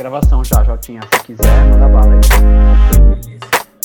gravação já, Jotinha. Se quiser, manda bala aí. Beleza.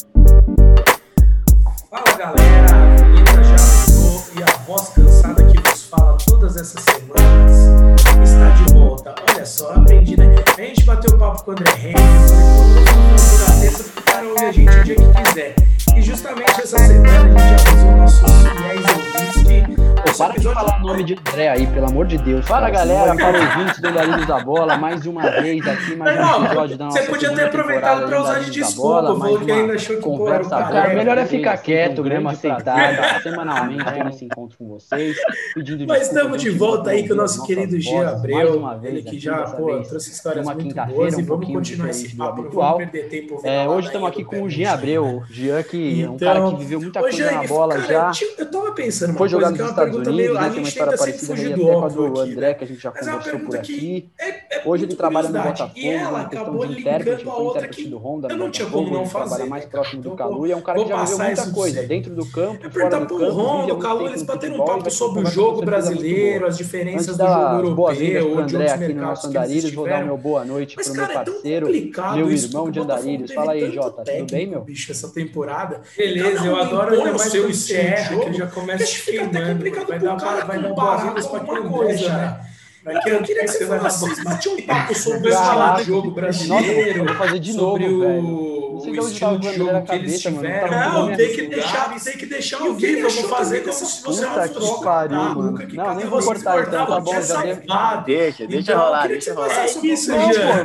Fala galera, a vinheta já mudou e a voz cansada que vos fala todas essas semanas está de volta. Olha só, aprendi, né? A gente bateu papo com o André Henrique, falei na terça porque o cara ouve a gente o dia que quiser. E justamente essa semana a gente já avisou nossos fiéis ouvintes que... Para de falar o nome de André aí, pelo amor de Deus. Fala, galera, para ouvintes do Andarilhos da Bola, mais uma vez aqui, mais um episódio da nossa Você podia ter aproveitado para usar de desculpa, falou que ainda achou que conversa boa. Melhor é ficar quieto mesmo, aceitado, semanalmente ter esse encontro com vocês, pedindo Mas estamos de volta aí com o nosso querido Jean Abreu, ele que já trouxe histórias muito boas e vamos continuar esse papo, não vamos perder tempo. Hoje estamos aqui com o Jean Abreu, o Jean que é um cara que viveu muita coisa na bola já, eu tava pensando foi jogar nos Estados Unidos, a tem uma gente história tenta sempre parecida fugir até do com a óbvio do aqui, André, que a gente já mas é uma conversou por pergunta aqui. é Hoje ele trabalha no curiosidade. Botafogo, uma questão de intérprete, foi intérprete do Honda no Botafogo, ele trabalha mais próximo do Calu, e é um cara que já viveu muita coisa, dentro do campo, fora do campo, Honda, o Calu, eles bateram um papo sobre o jogo brasileiro, as diferenças do jogo europeu, boas-vindas pro André outros aqui no nosso mercados que eles Andarilhos, vou dar o tiveram. meu boa noite Mas, pro meu cara, é tão parceiro, complicado meu isso, irmão porque de o Botafogo Andarilhos. teve Fala aí, tanto Jota, tudo bem, meu? bicho, essa temporada. Beleza, eu adoro ainda mais quando você erra, que eu já começo queimando. Vai dar boas-vindas pra alguma coisa, né? Eu queria que você falasse, vocês batiam um papo sobre o estilo de jogo brasileiro, vou fazer de novo, velho. Não sei de onde tava o jogo na cabeça, mano. Não, tem que deixar ao vivo, eu vou fazer como se fosse uma troca. Não, nem vou cortar então, tá bom, já deu. Deixa rolar, deixa rolar. É isso, Jean.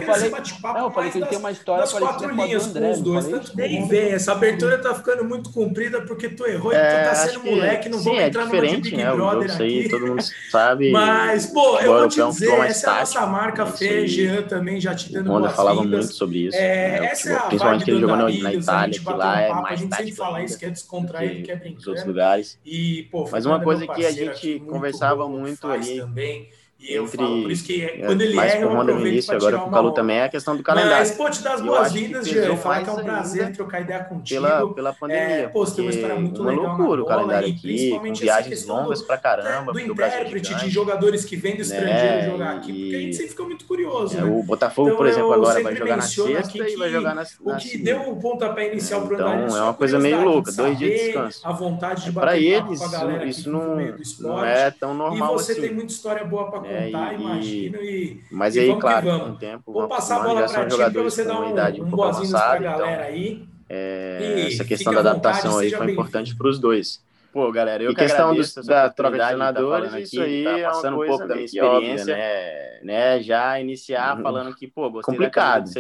Eu falei que ele tem uma história parecida com a do André, não falei? Nem vem, essa abertura tá ficando muito comprida porque tu errou e tu tá sendo moleque, não vamos entrar numa de Big Brother aqui. Isso aí, todo mundo sabe. Mas, pô, eu vou te dizer, essa é a nossa marca, Fê, Jean também já te dando boas-vindas. Falava muito sobre isso. Essa é a principalmente que ele jogou na Itália, que lá é mais tático. A gente sempre fala isso, que é descontraído, que é brincando. Nos outros lugares. E, pô, mas uma coisa que a gente conversava muito ali também. E entre, eu falo, por isso que quando ele mais erra, com o Honda no início, agora com o Calu também, é a questão do calendário. Mas, pô, te dar as boas-vindas, Jean. Falar que é um prazer trocar ideia contigo. Pela pandemia. Pô, você tem uma história muito legal na loucura bola, o calendário aqui, com viagens longas pra caramba. Do intérprete, de jogadores que vêm do estrangeiro jogar aqui, porque a gente sempre fica muito curioso, né? O Botafogo, por exemplo, agora vai jogar na sexta e vai jogar na o que deu o pontapé inicial pro André. Então, é uma coisa meio louca, 2 dias de descanso. A vontade de bater papo com a galera isso não é tão normal assim. E você tem muita história boa pra contar, imagina. Mas aí, claro, com o tempo, vou passar a bola para ti para você dar um boas-vindas para a galera aí. Essa questão da adaptação aí foi importante para os dois. Pô, galera, eu que questão da troca de treinadores, isso aí tá passando um pouco da minha experiência, né? Já iniciar falando que, pô, gostei complicado.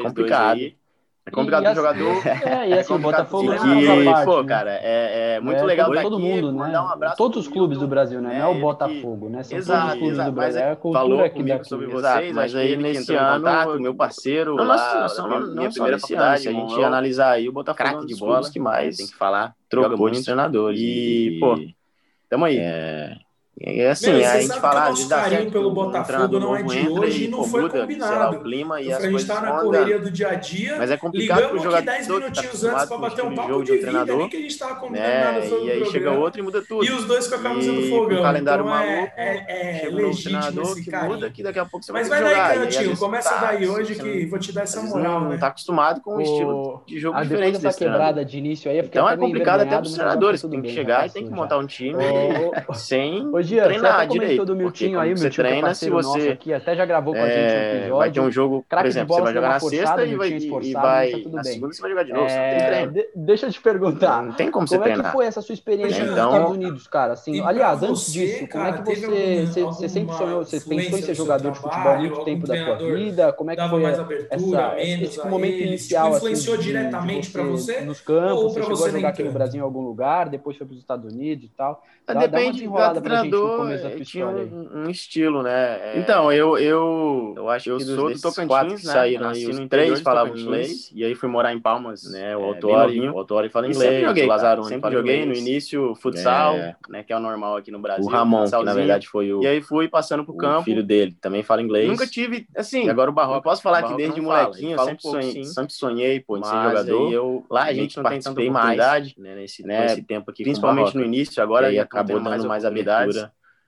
É complicado pro jogador. E assim, o Botafogo pô, cara, é muito legal todo aqui, mundo, né? Mandar um abraço todos os clubes do Brasil, né? Não é o Botafogo, né? São todos os clubes do Brasil. É a cultura falou aqui comigo sobre vocês, mas aí nesse ano, meu parceiro, minha primeira faculdade, a gente ia analisar aí o Botafogo, craque de bola, que mais tem que falar, trocou de treinadores. E, pô, tamo aí. É assim, a gente fala, às vezes dá certo pelo Botafogo não é de hoje e não foi combinado. O clima e a gente tá na correria do dia a dia, mas é complicado pro jogador 10 minutinhos antes para bater um papo jogo de um treinador, que a gente tava combinando e aí chega outro e muda tudo. E os dois com a camisa do Fogão. Um calendário então maluco, é legítimo treinador que muda, que daqui a pouco você vai jogar. Mas vai daí, Cantinho, começa tá, daí hoje que vou te dar essa moral, não tá acostumado com um estilo de jogo diferente dessa quebrada de início aí, então é complicado até pros treinadores, tem que chegar e tem que montar um time sem treinar direito. Do Miltinho aí, você treina, se você aqui, até já gravou com a gente um episódio. Vai ter um jogo, por exemplo, você vai jogar na sexta e vai na segunda você vai jogar de novo, você não tem treino. Deixa eu te perguntar. Não tem como você treinar. Como é que foi essa sua experiência nos Estados Unidos, cara? Assim, aliás, antes disso, como é que você sempre sonhou, você pensou em ser jogador de futebol há muito tempo da sua vida? Como é que foi esse momento inicial, assim, influenciou diretamente para você? Nos campos, você chegou a jogar aqui no Brasil em algum lugar, depois foi para os Estados Unidos e tal. Depende do treinador, tinha um estilo, né? Então, eu acho que eu sou do Tocantins, né? Saíram aí os 3 falavam inglês, e aí fui morar em Palmas, né? O Autori fala inglês, o Lazarone sempre joguei no início, futsal, né? Que é o normal aqui no Brasil. O Ramon, que na verdade foi o... E aí fui passando pro campo. O filho dele também fala inglês. Nunca tive, assim... E agora o Barroca... Eu posso falar que desde molequinho eu sempre sonhei, pô, em ser jogador. Lá a gente não tem tanta oportunidade, né? Nesse tempo aqui, principalmente no início, agora aí acabou dando mais habilidade.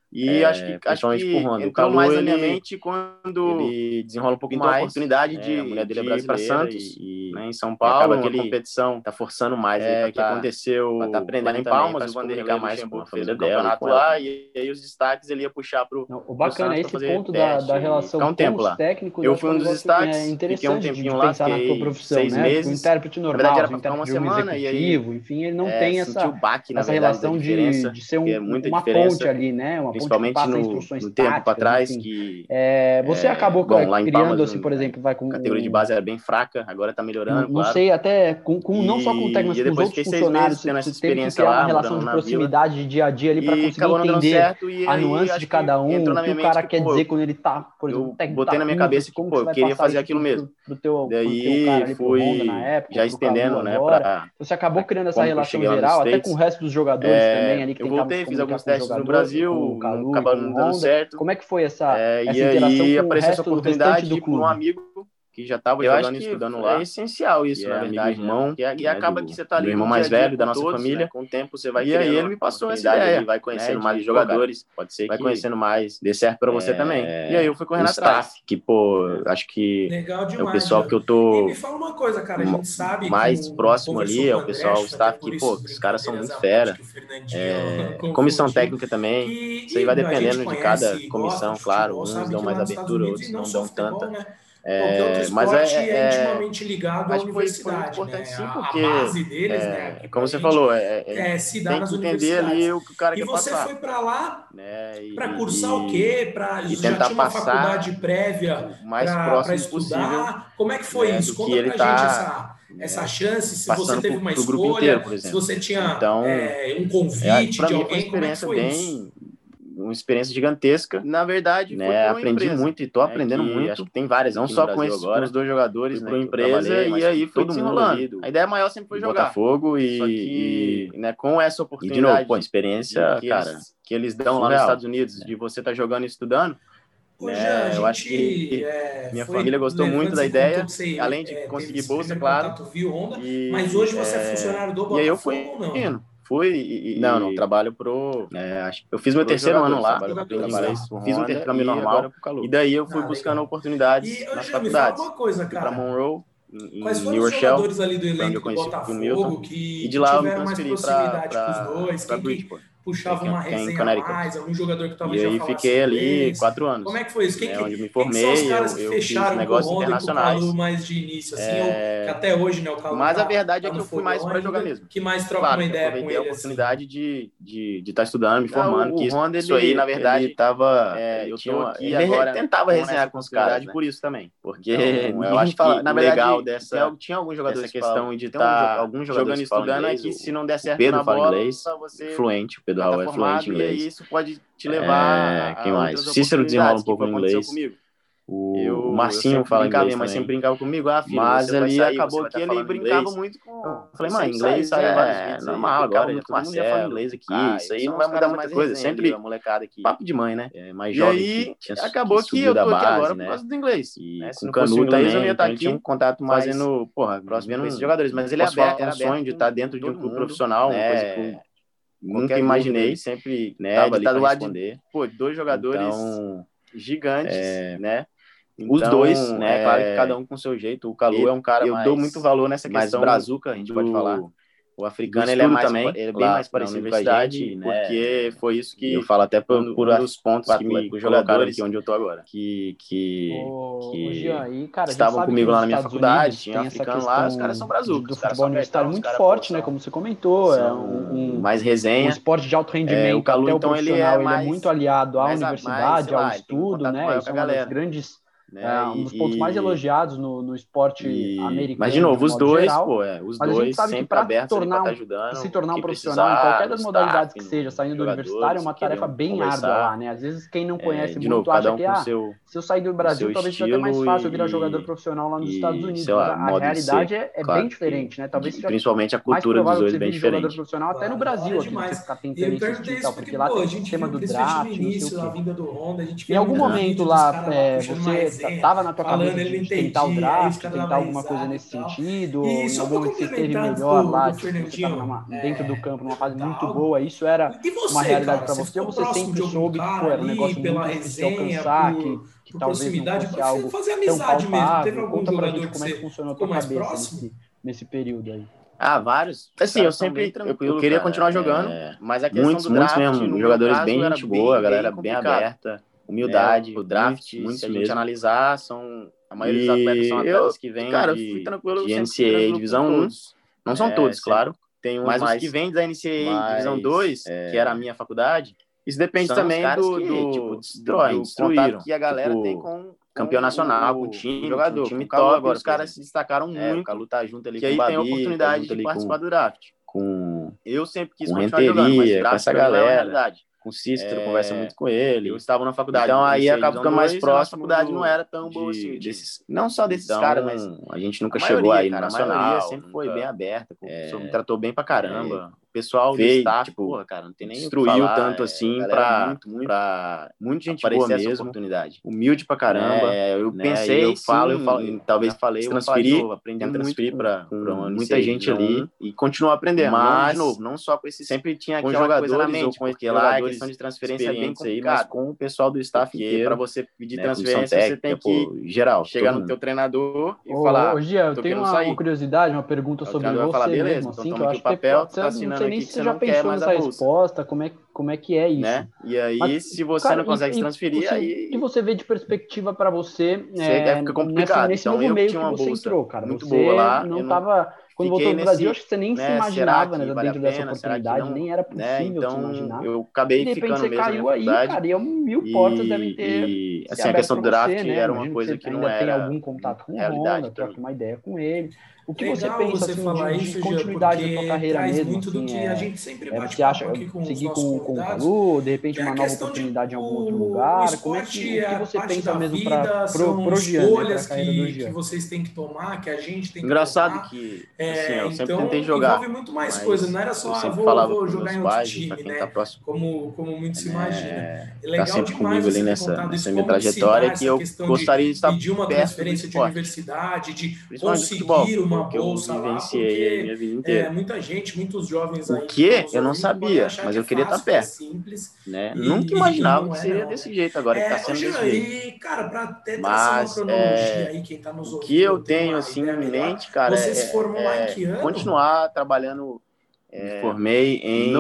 E acho que por Honda. O Calu, mais na minha mente quando ele desenrola um pouco mais a oportunidade de a mulher dele é brasileira para Santos e né, em São Paulo, uma competição tá forçando mais que aconteceu tá aprendendo em Palmas, o Vanderlei mais com a família dela lá, e aí os destaques ele ia puxar pro o bacana é esse ponto da relação com os técnicos. Eu fui um dos destaques, fiquei um tempinho lá, pensar na tua profissão, 6 meses, o intérprete normal, na verdade era pra ficar uma semana e aí enfim, ele não tem essa relação de ser uma ponte ali, né? Uma principalmente ponte que passa instruções no tempo para trás, enfim. que você acabou criando Palmas, assim, por exemplo, vai com a categoria de base era bem fraca, agora tá melhorando, não sei, até não só com o técnico, mas com os outros funcionários, você teve que criar uma relação de proximidade de dia a dia ali para conseguir entender a nuance de cada um, o que o cara quer dizer quando ele tá, por exemplo, eu botei na minha cabeça que eu queria fazer aquilo mesmo. Daí fui já estendendo, né, você acabou criando essa relação geral, até com o resto dos jogadores também ali que eu voltei, fiz alguns testes no Brasil, acabou não dando certo. Como é que foi essa interação com o resto do restante do clube? Um amigo que já estava jogando e estudando lá. É essencial isso, na verdade, irmão. E acaba que você tá ali o irmão mais velho da nossa família. Com o tempo você vai. E aí ele me passou essa ideia. Ele vai conhecendo mais jogadores. Pode ser que vai conhecendo mais, dê certo para você também. E aí eu fui correndo atrás. Que acho que é o pessoal que eu tô. E me fala uma coisa, cara, a gente sabe mais próximo ali é o pessoal, o staff que os caras são muito fera. Comissão técnica também. Isso aí vai dependendo de cada comissão, claro. Uns dão mais abertura, outros não dão tanta. Mas é intimamente ligado à universidade, foi importante, né? sim, porque a base deles, né? Como você falou, se dá tem nas que entender ali o que o cara quer passar. E você foi para lá para cursar o quê? E já tentar tinha uma faculdade prévia para estudar? Possível, como é que foi isso? Conta pra gente essa chance, se você teve uma escolha, inteiro, se você tinha um convite de alguém, como é que foi isso? Uma experiência gigantesca. Na verdade, aprendi muito e tô aprendendo muito. Acho que tem várias, não só com esses os 2 jogadores, né, empresa, e aí foi desenrolando. A ideia maior sempre foi jogar Botafogo e né, com essa oportunidade. E de novo, experiência, cara, que eles dão lá nos Estados Unidos, de você estar jogando e estudando. Eu acho que minha família gostou muito da ideia, além de conseguir bolsa, claro. Mas hoje você é funcionário do Botafogo, e aí eu fui indo. Não, trabalho eu fiz meu terceiro ano lá, fiz um intercâmbio normal, e daí eu fui buscando oportunidades nas faculdades. Uma coisa, cara. Pra Monroe, quais foram os jogadores ali do elenco do Botafogo que tiveram mais proximidade com os dois? Quem puxava uma resenha a mais, algum jogador que talvez já falasse inglês? E aí fiquei ali 4 anos. Como é que foi isso? Onde me formei, eu fiz negócios internacionais. O Calu mais de início, assim, que até hoje, né, o Calu Mas a verdade é que eu fui mais para jogar mesmo. Que mais troca uma ideia com ele, a oportunidade de estar estudando, me formando. O Honda, isso aí, na verdade, estava... Ele tentava resenhar com os caras, por isso também. Porque eu acho que na legal dessa... Tinha alguns jogadores questão de estar jogando e estudando é que se não der certo na bola, você fluente. Pedro Raul é fluente em inglês. E isso pode te levar a quem mais? Cícero desenrola um pouco em inglês. O Marcinho fala inglês, mas sempre brincava comigo. Filho, mas ali acabou que ele brincava muito com... Eu falei, mãe, inglês é normal, agora todo mundo já fala inglês aqui. Isso aí não vai mudar muita coisa. Sempre papo de mãe, né? Mais jovem. E aí acabou que eu tô aqui agora por causa do inglês. E com o Canu também, eu ia estar aqui. Tinha um contato mais fazendo, vendo esses jogadores. Mas ele é aberto, era sonho de estar dentro de um clube profissional, uma coisa que nunca imaginei, sempre, né, de estar do lado de 2 jogadores gigantes, né? Então, os dois, né? Claro que cada um com seu jeito. O Calu é um cara eu dou muito valor nessa questão. Mais brazuca, a gente pode falar. O africano, ele é mais também, ele é bem mais parecido com a gente, né? Porque foi isso que eu falo até por um dos pontos que me colocaram aqui onde eu tô agora. Que estavam comigo lá na minha faculdade, tinha africano lá, os caras são brazucas. O futebol universitário muito forte, né? Como você comentou, mais resenha. Um esporte de alto rendimento, o Calu, então, ele é muito aliado à universidade, ao estudo, né? Isso é uma das grandes... um dos pontos mais elogiados no esporte americano. Mas, de novo, os dois, geral, os mas dois a gente sabe que para se tornar um profissional em qualquer das modalidades que seja, saindo do universitário, é uma tarefa bem árdua lá, né? Às vezes quem não conhece muito acha que se eu sair do Brasil, talvez seja até mais fácil eu virar jogador profissional lá nos Estados Unidos. A realidade é bem diferente, né? Talvez seja principalmente a cultura dos dois é bem diferente. Jogador profissional até no Brasil, aqui você ficar tentando insistir e tal, porque lá tem o sistema do draft, não sei o quê. Em algum momento lá, você tava na tua cabeça de tentar o draft, tentar alguma coisa nesse sentido? Em algum momento você esteve melhor lá, tipo, você tava dentro do campo, numa fase muito boa, isso era uma realidade para você? Ou você sempre soube que, pô, era um negócio muito difícil de alcançar, que talvez não fosse algo tão palpável? Conta pra gente como é que funcionou a tua cabeça nesse período aí. Vários. Assim, eu sempre eu queria continuar jogando, mas a questão do draft, muitos mesmo, jogadores bem gente boa, a galera bem aberta, humildade, o draft, se a gente analisar, a maioria dos atletas são atletas que vêm de NCAA Divisão 1, não são todos, claro, mas os que vêm da NCAA Divisão 2, que era a minha faculdade, isso depende também do contato que a galera tem com campeão nacional, com o time top, agora os caras se destacaram muito, a lutar junto ali, que aí tem a oportunidade de participar do draft. Eu sempre quis continuar jogando, mas draft com essa galera, com o Cícero, conversa muito com ele. Eu estava na faculdade. Então aí acaba ficando mais próximo. A faculdade não era tão boa assim. Não só desses caras, mas a gente nunca chegou aí no nacional. A maioria sempre foi bem aberta. O professor me tratou bem pra caramba. O pessoal do staff, porra, cara, não tem nem destruiu tanto assim pra muita gente boa mesmo, essa oportunidade. Humilde pra caramba. Eu pensei, eu falo, talvez falei, eu aprendi a transferir pra muita gente ali e continuar aprendendo. Mas, de novo, não só com esse, sempre tinha aquela coisa na mente, porque lá a questão de transferência é bem complicado, mas com o pessoal do staff inteiro, pra você pedir transferência, você tem que geral, chegar no teu treinador e falar, ô Gia, eu tenho uma curiosidade, uma pergunta sobre você mesmo, assim, que eu acho que tá assinando. Não sei nem se você já pensou nessa resposta, como é que é isso. Né? E aí, mas, se você cara, não consegue transferir, aí... O que você vê de perspectiva para você fica complicado. nesse novo meio que você entrou, cara? Muito você boa lá. Não estava... Quando voltou no Brasil, acho que você nem se imaginava dentro dessa oportunidade, nem era possível te imaginar. Eu acabei ficando mesmo. De repente você caiu aí, cara, e mil portas devem ter. Assim, a questão do draft era uma coisa que não era. Tem algum contato com o Honda, troca uma ideia com ele. O que legal você pensa você assim, falar de isso, continuidade da sua carreira mesmo? Muito assim, do que a gente sempre bate você acha aqui com seguir com o Calu, de repente uma nova oportunidade em algum outro lugar? Como é que você pensa mesmo para pro Jean, para a carreira do Jean? Que vocês têm que tomar, que a gente tem que engraçado tomar. Que assim, eu sempre tentei jogar. Envolve muito mais coisa, não era só vou jogar em outro time, né? Tá como muito se imagina. É legal sempre demais comigo ali nessa minha trajetória que eu gostaria de estar pedir uma transferência de universidade, de conseguir uma bolsa lá. Porque minha vida inteira. Muita gente, muitos jovens aí. O que? Eu não sabia, mas eu queria estar perto. Simples, né? Nunca imaginava que seria desse jeito agora, que está sendo desse jeito. E, cara, para até traçar uma cronologia aí, quem tá nos ouvindo. O que eu tenho, assim, em mente, cara, você se formou lá em que ano? Continuar trabalhando. Me formei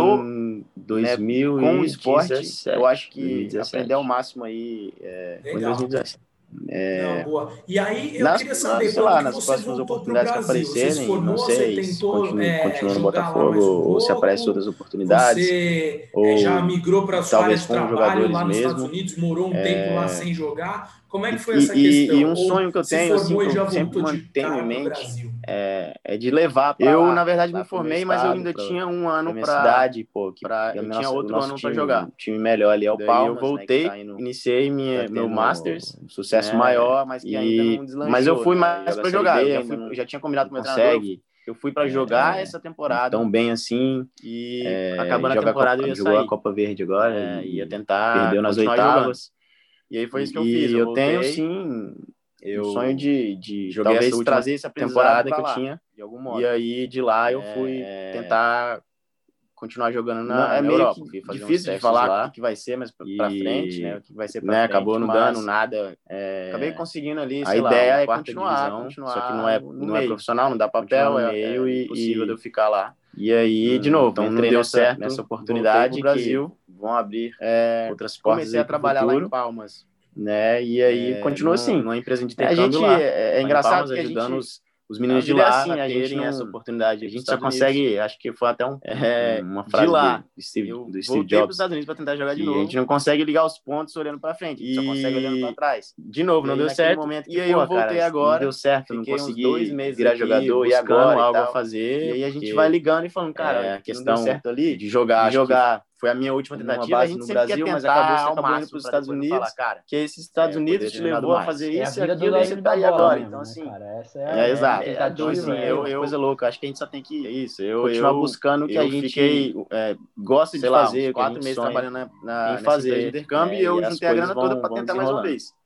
em 2000 com o esporte. Eu acho que 2017. Aprender ao máximo aí foi em 2017. Não, boa. E aí eu queria saber, nas próximas oportunidades que aparecerem, não sei se continua no Botafogo ou se aparecem outras oportunidades. Você já migrou para sua área de trabalho lá nos Estados Unidos, morou um tempo lá sem jogar. Como é que foi essa questão? E um sonho que eu tenho, assim, que eu sempre mantenho em mente, é de levar para eu, na verdade, me formei, mas eu ainda tinha um ano para cidade, eu tinha outro ano para jogar. Um time melhor ali é o Palmas, eu voltei, iniciei meu Masters, sucesso maior, mas que ainda não deslanchou. Mas eu fui mais para jogar, eu já tinha combinado com o meu treinador. Eu fui para jogar essa temporada tão bem assim e acabando a temporada eu ia sair. Jogou a Copa Verde agora, ia tentar, perdeu nas oitavas. E aí foi isso que eu fiz. Eu tenho, sim, um sonho de jogar talvez trazer essa temporada que eu tinha, de algum modo. E aí, de lá, eu fui tentar continuar jogando na Europa. Fui fazer difícil de falar o que vai ser, mas pra frente, né? O que vai ser pra frente. Acabou não dando nada. Acabei conseguindo ali, a ideia é continuar, só que não é profissional, não dá papel, é impossível de eu ficar lá. E aí, de novo, então não deu certo nessa oportunidade no Brasil. Vão abrir outras portas. Comecei a trabalhar lá em Palmas, né? E aí continua assim, numa empresa de intercâmbio lá. É engraçado que ajudando os meninos de lá assim, a terem essa oportunidade. A gente só consegue, acho que foi até uma frase de lá, do Steve Jobs. Para os Estados Unidos para tentar jogar de novo. A gente não consegue ligar os pontos olhando para frente, a gente só consegue olhando para trás. De novo, não deu certo. E aí eu voltei agora, não deu certo, não consegui 2 meses virar jogador e agora algo a fazer. E aí a gente vai ligando e falando, cara, a questão certo ali de jogar foi a minha última tentativa. A gente sempre quer tentar acabou indo para os Estados Unidos, que esses Estados Unidos te levou a fazer isso e aquilo e você tá aí agora. Então, assim, exato. Então, assim, coisa louca. Acho que a gente só tem que continuar buscando o que a gente gosta de fazer. 4 meses trabalhando em fazer intercâmbio e eu juntei a grana toda para tentar mais uma vez.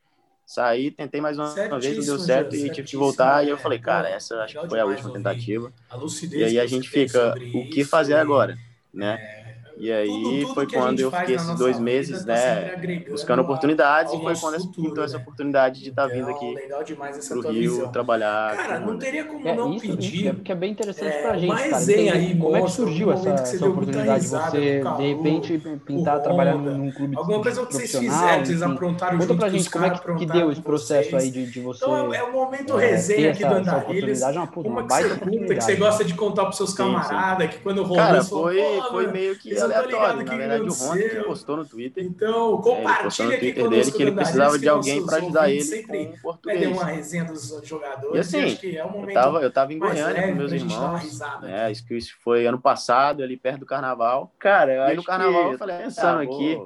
Saí, tentei mais uma vez, não deu certo e tive que voltar. E eu falei, cara, essa acho que foi a última tentativa. E aí a gente fica, o que fazer agora, né? E aí foi quando eu fiquei esses 2 meses, né, buscando oportunidades, e foi quando pintou essa oportunidade de estar vindo aqui pro Rio trabalhar. Cara, não teria como não pedir. Isso que é bem interessante pra gente, cara. Entender como é que surgiu essa oportunidade de você, de repente, pintar, trabalhar num clube profissional, que vocês aprontaram. Conta pra gente como é que deu esse processo aí de você então, é o momento resenha aqui do Andarilhas. Uma baita oportunidade. Que você gosta de contar pros seus camaradas, que quando rolou... Cara, foi meio que aleatório, na verdade, o Ronda que postou no Twitter. Então, compartilha aqui conosco dele que ele precisava de alguém para ajudar ele com o português. Vai ter uma resenha dos jogadores. E assim, acho que é um momento eu tava em Goiânia com meus irmãos, né? Isso foi ano passado, ali perto do Carnaval. Cara, aí no Carnaval eu falei, pensando aqui,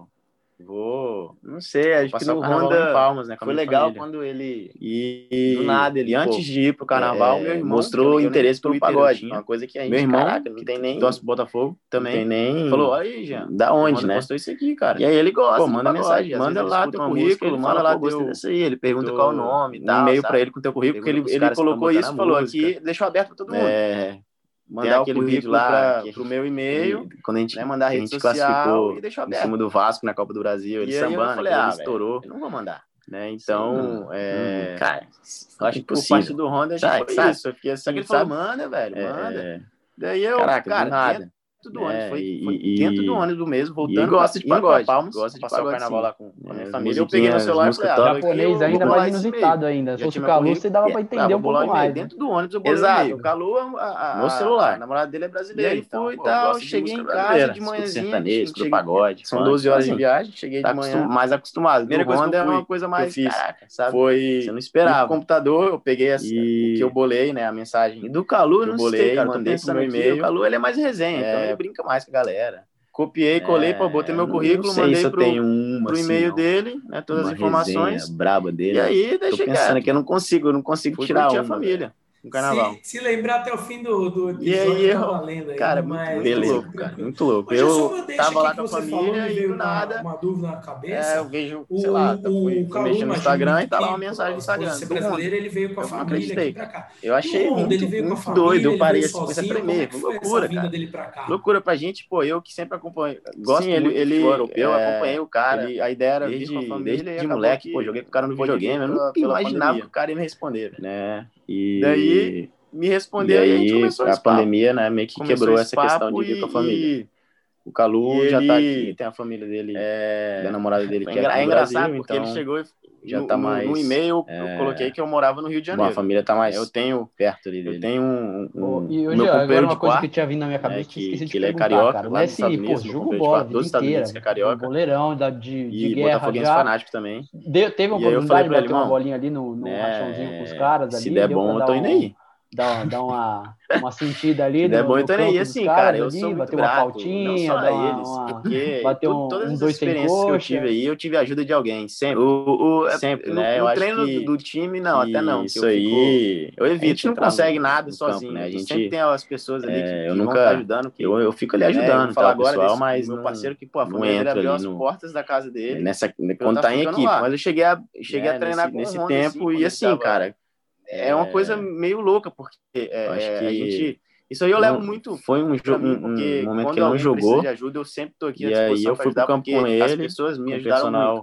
não sei, acho que no Honda Palmas, né, foi legal família. Quando ele do nada ele antes de ir pro Carnaval, meu irmão mostrou interesse pelo pagode, uma coisa que a gente, meu irmão, caraca, não tem nem torce Botafogo também, não tem nem, falou, aí, Jean, da onde, né? Postou isso aqui, cara. E aí ele gosta, manda mensagem, manda lá teu currículo, manda lá teu isso aí, ele pergunta qual o nome, um e-mail para ele com teu currículo, porque ele colocou isso, falou aqui, deixou aberto para todo mundo. Mandar aquele vídeo lá pro meu e-mail, quando a gente, né, mandar a rede social e deixou aberto. Em cima do Vasco na Copa do Brasil, ele sambando, eu falei, ele estourou, eu não vou mandar, né? Então, cara, acho que por parte do Honda já foi isso, eu fiquei assim, ele falou, manda, velho, manda. Daí eu, cara, nada. Dentro do ônibus, foi dentro do ônibus mesmo, voltando. E gosta de pagode, gosta de passar o carnaval lá com a minha família. Eu peguei meu celular e falei, japonês ainda mais inusitado ainda. Se fosse o Calu, você dava pra entender um pouco mais. Dentro do ônibus eu bolei. Exato, o Calu, meu celular, a namorada dele é brasileira. E aí fui e tal, cheguei em casa de manhãzinha. Sertanejo, do pagode. São 12 horas de viagem, cheguei de manhã. Mais acostumado. Primeira coisa que é uma coisa mais, caraca, sabe? Foi, você não esperava. No computador, eu peguei o que eu bolei, né, a mensagem. E do Calu, eu não sei, cara, mandei pro meu e-mail. O Calu, ele é mais resenha, então ele brinca mais com a galera. Copiei, colei, botei meu currículo, mandei pro e-mail dele, né, todas as informações braba dele. E aí, deixei pensando que eu não consigo tirar a família no carnaval. Se lembrar até o fim do episódio, e aí, valendo aí, cara, muito louco, cara, muito louco. Eu tava lá com a família e do nada, uma dúvida na cabeça. Eu vejo, sei lá, fui mexendo no Instagram e tá lá uma mensagem no Instagram. Ser brasileiro, ele veio com a família aqui pra cá. Eu achei muito doido, eu parei assim, coisa a tremer, loucura, cara. Loucura pra gente, pô, eu que sempre acompanho, gosto muito de futebol europeu, acompanhei o cara, a ideia era vir com a família desde moleque, pô, joguei com o cara no videogame, eu nunca imaginava que o cara ia me responder, né? E daí me respondeu e a gente começou a pandemia, né, meio que quebrou essa questão de vir com a família. O Calu já tá aqui, tem a família dele, da namorada dele que é engraçado, porque ele chegou e já tá mais no e-mail, eu coloquei que eu morava no Rio de Janeiro. A família tá mais, eu tenho perto ali dele. Eu tenho e hoje, agora uma coisa que tinha vindo na minha cabeça, que ele é carioca, cara. Lá nos Estados Unidos, jogo bola, dos Estados Unidos, que é carioca, goleirão de guerra, botafoguense fanático também. Teve uma oportunidade de bater uma bolinha ali no rachãozinho com os caras ali. Se der bom, eu tô indo aí. Dar uma sentida ali. É bom, então aí, assim, cara, eu sou bater muito uma pautinha, não só a eles, porque bater todas as experiências que eu tive aí, eu tive a ajuda de alguém, sempre. Sempre, né? O treino do time, não, até não. Isso aí, eu evito. A gente não consegue nada sozinho, né? A gente sempre tem as pessoas ali que vão estar ajudando. Eu fico ali ajudando, falar agora, pessoal, mas meu parceiro que, pô, a família dele abriu as portas da casa dele. Quando tá em equipe. Mas eu cheguei a treinar nesse tempo e assim, cara, é uma coisa meio louca, porque a gente... Isso aí eu levo muito... Foi um momento que ele não jogou. De ajuda, eu sempre tô aqui à disposição. E aí eu fui pro campo com ele, as pessoas me ajudaram muito.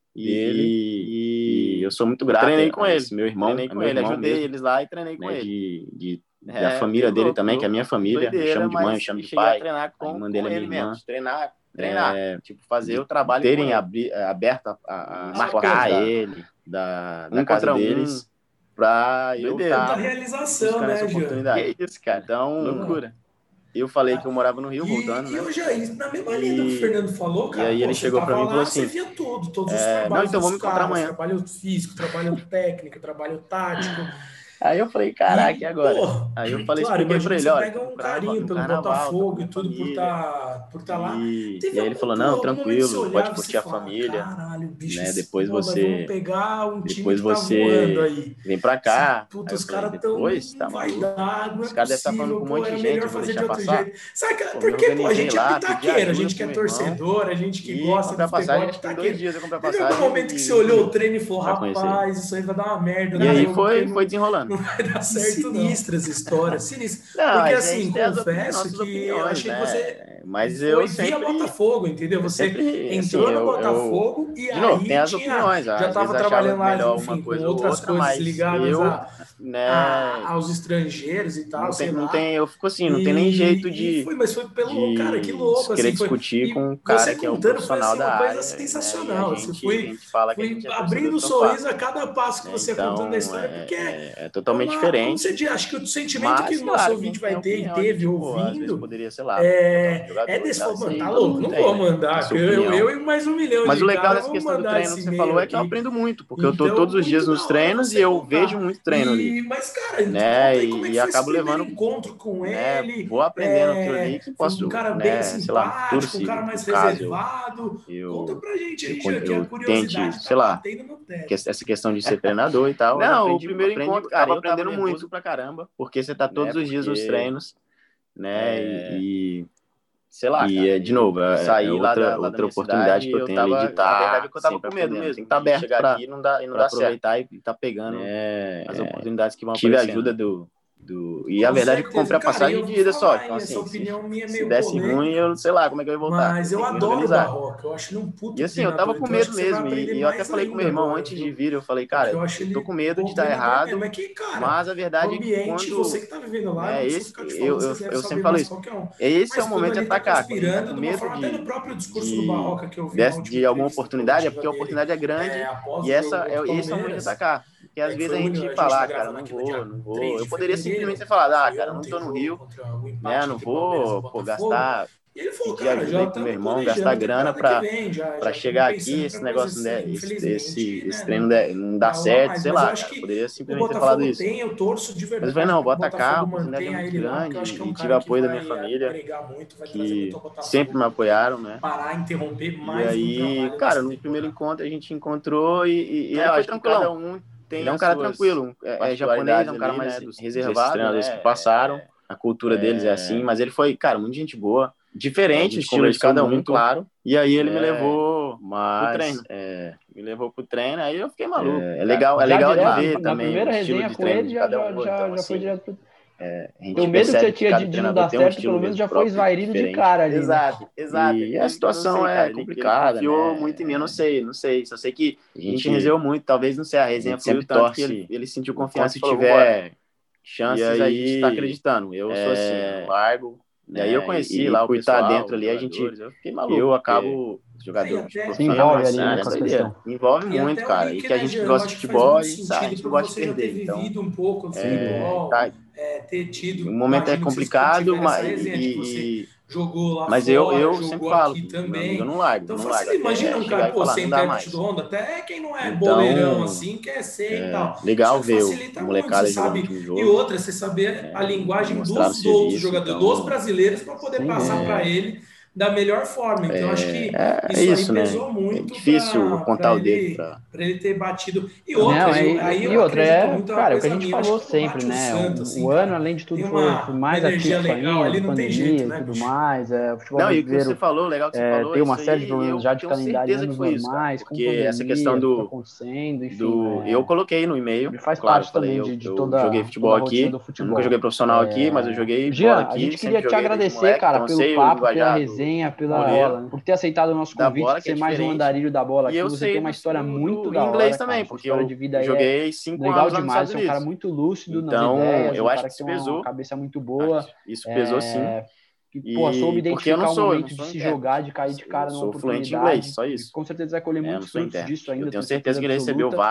E eu sou muito grato. Treinei com ele, meu irmão. Treinei com ele, ajudei eles lá e treinei com ele. Da família dele também, que é a minha família. Eu chamo de mãe, eu chamo de pai. Treinar com ele mesmo. Treinar. Tipo, fazer o trabalho terem aberto a marcar ele da casa deles. Pra eu estar realização, né, oportunidade. É isso, cara. Então, loucura. Eu falei que eu morava no Rio, voltando, né? E eu já, na mesma linha do que o Fernando falou, cara. E aí ele chegou pra mim e falou assim... Você via todos os trabalhos. Não, então vamos encontrar amanhã. Trabalho físico, trabalho técnico, trabalho tático. Aí eu falei, caraca, e agora? Pô, aí eu falei, claro, expliquei pra ele, você olha, pega um carinho pelo Botafogo e tudo por tá lá. E aí ele falou, não, tranquilo, pode curtir a família, caralho, bicho, né? Depois vamos você pegar um time que tá voando aí. vem pra cá. Puta, Aí os eu falei, caras tão, depois, tá não vai maluco? dar, não Os é caras devem estar falando possível, com um pô, monte era de gente, melhor eu vou fazer de deixar outro passar. jeito. Sabe, Pô, porque, pô, a gente é lá, pitaqueiro, a gente que é torcedor, a gente que gosta comprar do futebol, passagem, acho que em 2 dias eu comprei a Teve passagem. algum momento que você olhou o treino e falou, rapaz, isso aí vai dar uma merda. E aí foi desenrolando. Não vai dar certo, sinistras histórias, sinistras. Não, porque assim, confesso que opiniões, eu achei né? que você mas eu via Botafogo, entendeu? Você entrou no Botafogo e de novo, aí tem as opiniões. já estava trabalhando lá, enfim, com outras coisas ligadas aos estrangeiros e tal, eu fico assim, não tem nem jeito de... Mas foi pelo... Cara, que louco, querer assim. discutir com um cara que é um profissional da área. Coisa sensacional. Né? Você foi abrindo um sorriso a cada passo que você ia contando a história, porque é totalmente diferente. Como você diz, acho que o sentimento que o nosso ouvinte vai ter e teve ouvindo poderia, sei lá, desse mano, tá louco, não vou mandar. Eu e mais 1 milhão mas de o legal caras dessa questão do treino que você falou é que eu aprendo muito, porque então, eu tô todos os dias nos treinos e eu vejo muito treino ali. Mas, cara, né? E acabo levando encontro com ele. Vou aprendendo aquilo ali que posso, um cara bem simpático, sei lá, um cara mais reservado. Conta pra gente aí, que a curiosidade sei lá, essa questão de ser treinador e tal. Não, o primeiro encontro, cara, eu tava aprendendo muito pra caramba, porque você tá todos os dias nos treinos, né? E sei lá, cara, de novo, sair outra oportunidade que eu tenho ali de estar. Na verdade, eu tava com medo mesmo, tem que estar aberto pra aqui, não dá aproveitar certo. E tá pegando as oportunidades que vão aparecendo. Tive a ajuda e a verdade é que eu comprei a passagem de ida só. Então, assim, se desse ruim, eu não sei lá como é que eu ia voltar. Mas eu adoro o Barroca, eu acho ele um puto. E assim, eu tava com medo mesmo. E eu até falei com meu irmão antes de vir, eu falei, cara, eu tô com medo de estar errado. Mas a verdade é que quando... Você que tá vivendo lá, eu sempre falo isso. Esse é o momento de atacar. Quando tá com medo de alguma oportunidade, é porque a oportunidade é grande. E esse é o momento de atacar. Porque às vezes a gente fala, cara, não vou. Eu poderia simplesmente ter falado, cara, não tô no Rio, né, não vou gastar, pedir ajuda pro meu irmão, gastar grana pra chegar aqui, esse negócio, esse treino não dá certo, sei lá, cara, poderia simplesmente ter falado isso. Mas eu falei, não, vou atacar, a oportunidade é muito grande, e tive apoio da minha família, que sempre me apoiaram, né, e aí, cara, no primeiro encontro a gente encontrou e foi tranquilão. Ele é um cara tranquilo, é japonês, é um cara mais reservado, esses treinadores que passaram, a cultura deles é assim, mas ele foi, cara, muita gente boa, diferente o estilo de cada um, claro, e aí ele me levou pro treino, me levou pro treino, aí eu fiquei maluco. É legal de ver também o estilo de treino de cada um, então assim... Foi direto pro... o medo que você tinha de não dar certo, pelo menos já foi esvaído de cara ali. Exato. E a situação é complicada, ele confiou muito em mim, eu não sei. Só sei que a gente resenhou muito, talvez não sei, a resenha foi tanto que ele sentiu confiança. Se tiver chances, a gente tá acreditando. Eu sou assim, eu largo. E aí eu conheci lá o pessoal dentro ali, a gente... Eu fiquei maluco. Eu acabo... Jogador se envolve ali, né, envolve muito, cara. E que a gente gosta de futebol, a gente não gosta de perder. Então, o momento é complicado, mas eu sempre falo, eu não largo. Então você imagina um cara, sem tempo de onda, até quem não é boleirão assim, quer ser e tal. Legal ver o molecada jogando um jogo. E outra, você saber a linguagem dos outros jogadores, dos brasileiros, para poder passar para ele da melhor forma. Então, acho que isso aí pesou muito. É difícil contar o dedo para ele ter batido. E outra, cara, o que a gente falou sempre, né? O ano, além de tudo, foi mais ativo ainda, pandemia e tudo mais. O futebol brasileiro, e o que você falou, legal que você falou, tem uma série de problemas já de calendário anos normais, porque essa questão do eu coloquei no e-mail, faz parte também de toda a joguei futebol aqui, nunca joguei profissional aqui, mas eu joguei bola aqui. A gente queria te agradecer, cara, pelo papo, pela resenha, pela bola, por ter aceitado o nosso convite, por ser mais um andarilho da bola aqui. Você tem uma história muito da hora, inglês também, porque eu joguei 5 anos legal demais, você é um cara muito lúcido nas ideias, eu acho que isso pesou, uma cabeça muito boa. Isso pesou sim. E, soube identificar o momento de se jogar, de cair de cara numa oportunidade. Fluente em inglês, só isso. Com certeza vai colher muitos frutos disso ainda. Eu tenho certeza que ele recebeu vários.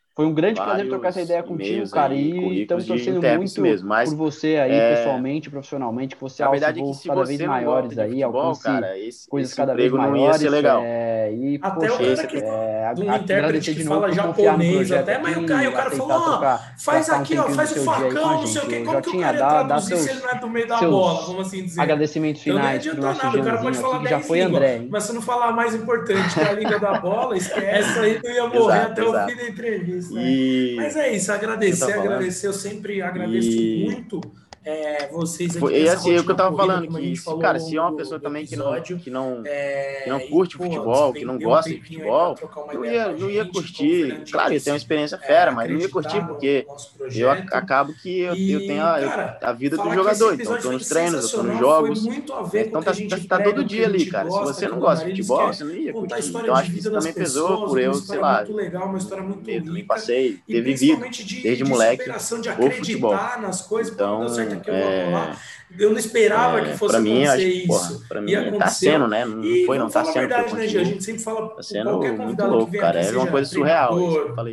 Foi um grande prazer trocar essa ideia contigo, cara, e estamos torcendo muito mesmo, por você aí, pessoalmente, profissionalmente, que você alça voos cada vez maiores aí, alcance coisas cada vez maiores. E, até poxa, o cara que um intérprete que fala japonês, até, mas o cara falou, faz aqui, ó, faz o facão, não sei o que, como que o cara ia traduzir se ele não é do meio da bola, vamos assim dizer. Agradecimentos finais pro nosso Jeanzinho, o cara pode falar que já foi André, mas se não falar a mais importante que a língua da bola, esquece, aí não ia morrer até o fim da entrevista. Mas é isso, agradecer, eu sempre agradeço muito vocês aqui. E assim, é o que eu tava falando, que, cara, se é uma pessoa também que não curte futebol, que não gosta de futebol, não ia curtir. Claro, ia ter uma experiência fera, mas não ia curtir, porque eu acabo que eu tenho a vida do jogador. Então, eu tô nos treinos, eu tô nos jogos. Então, tá todo dia ali, cara. Se você não gosta de futebol, você não ia curtir. Então, acho que isso também pesou por eu, sei lá, eu também passei, ter vivido desde moleque o futebol. Então, eu não esperava que fosse acontecer isso. Pra mim tá sendo, né? Não foi, não tá sendo. Verdade, né, Gê? A gente sempre fala tá sendo muito louco, cara. É uma coisa surreal. Eu falei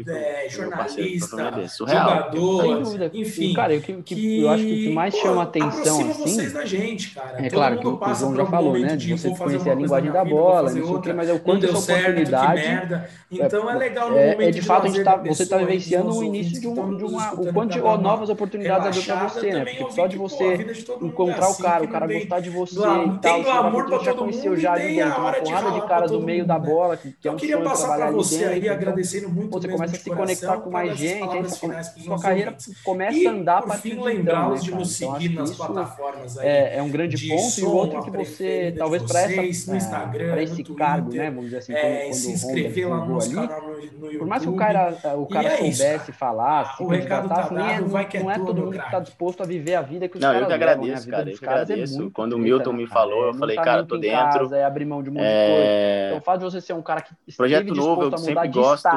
jornalista, surreal. Jogador, enfim. Cara, eu acho que o que mais chama atenção, assim... vocês da gente, cara. É claro que o João já falou, né? De você conhecer a linguagem da bola, não sei o quê, mas é o quanto essa oportunidade... Então é legal no momento de fato, você tá vivenciando o início de o quanto de novas oportunidades abriu pra você, né? Porque só de você encontrar o cara gostar de você e tal, você já conheceu já ali dentro, uma porrada de cara do meio da bola, que é um sonho trabalhar ali dentro. Agradecendo muito, você começa a se conectar com mais gente, aí sua carreira começa a andar a partir de então, né, de nos seguir nas plataformas aí. É um grande ponto, e o outro que você, talvez para esse cargo, né, vamos dizer assim, quando se inscrever lá no nosso canal no YouTube. Por mais que o cara soubesse falar, se candidatasse, não é todo mundo que está disposto a viver a vida que os caras levam. Agradeço, cara, eu agradeço. Quando o Milton me falou, eu falei, cara, tô dentro. Casa, abrir mão de um monte de coisa. Então, o fato de você ser um cara que projeto novo, eu sempre gosto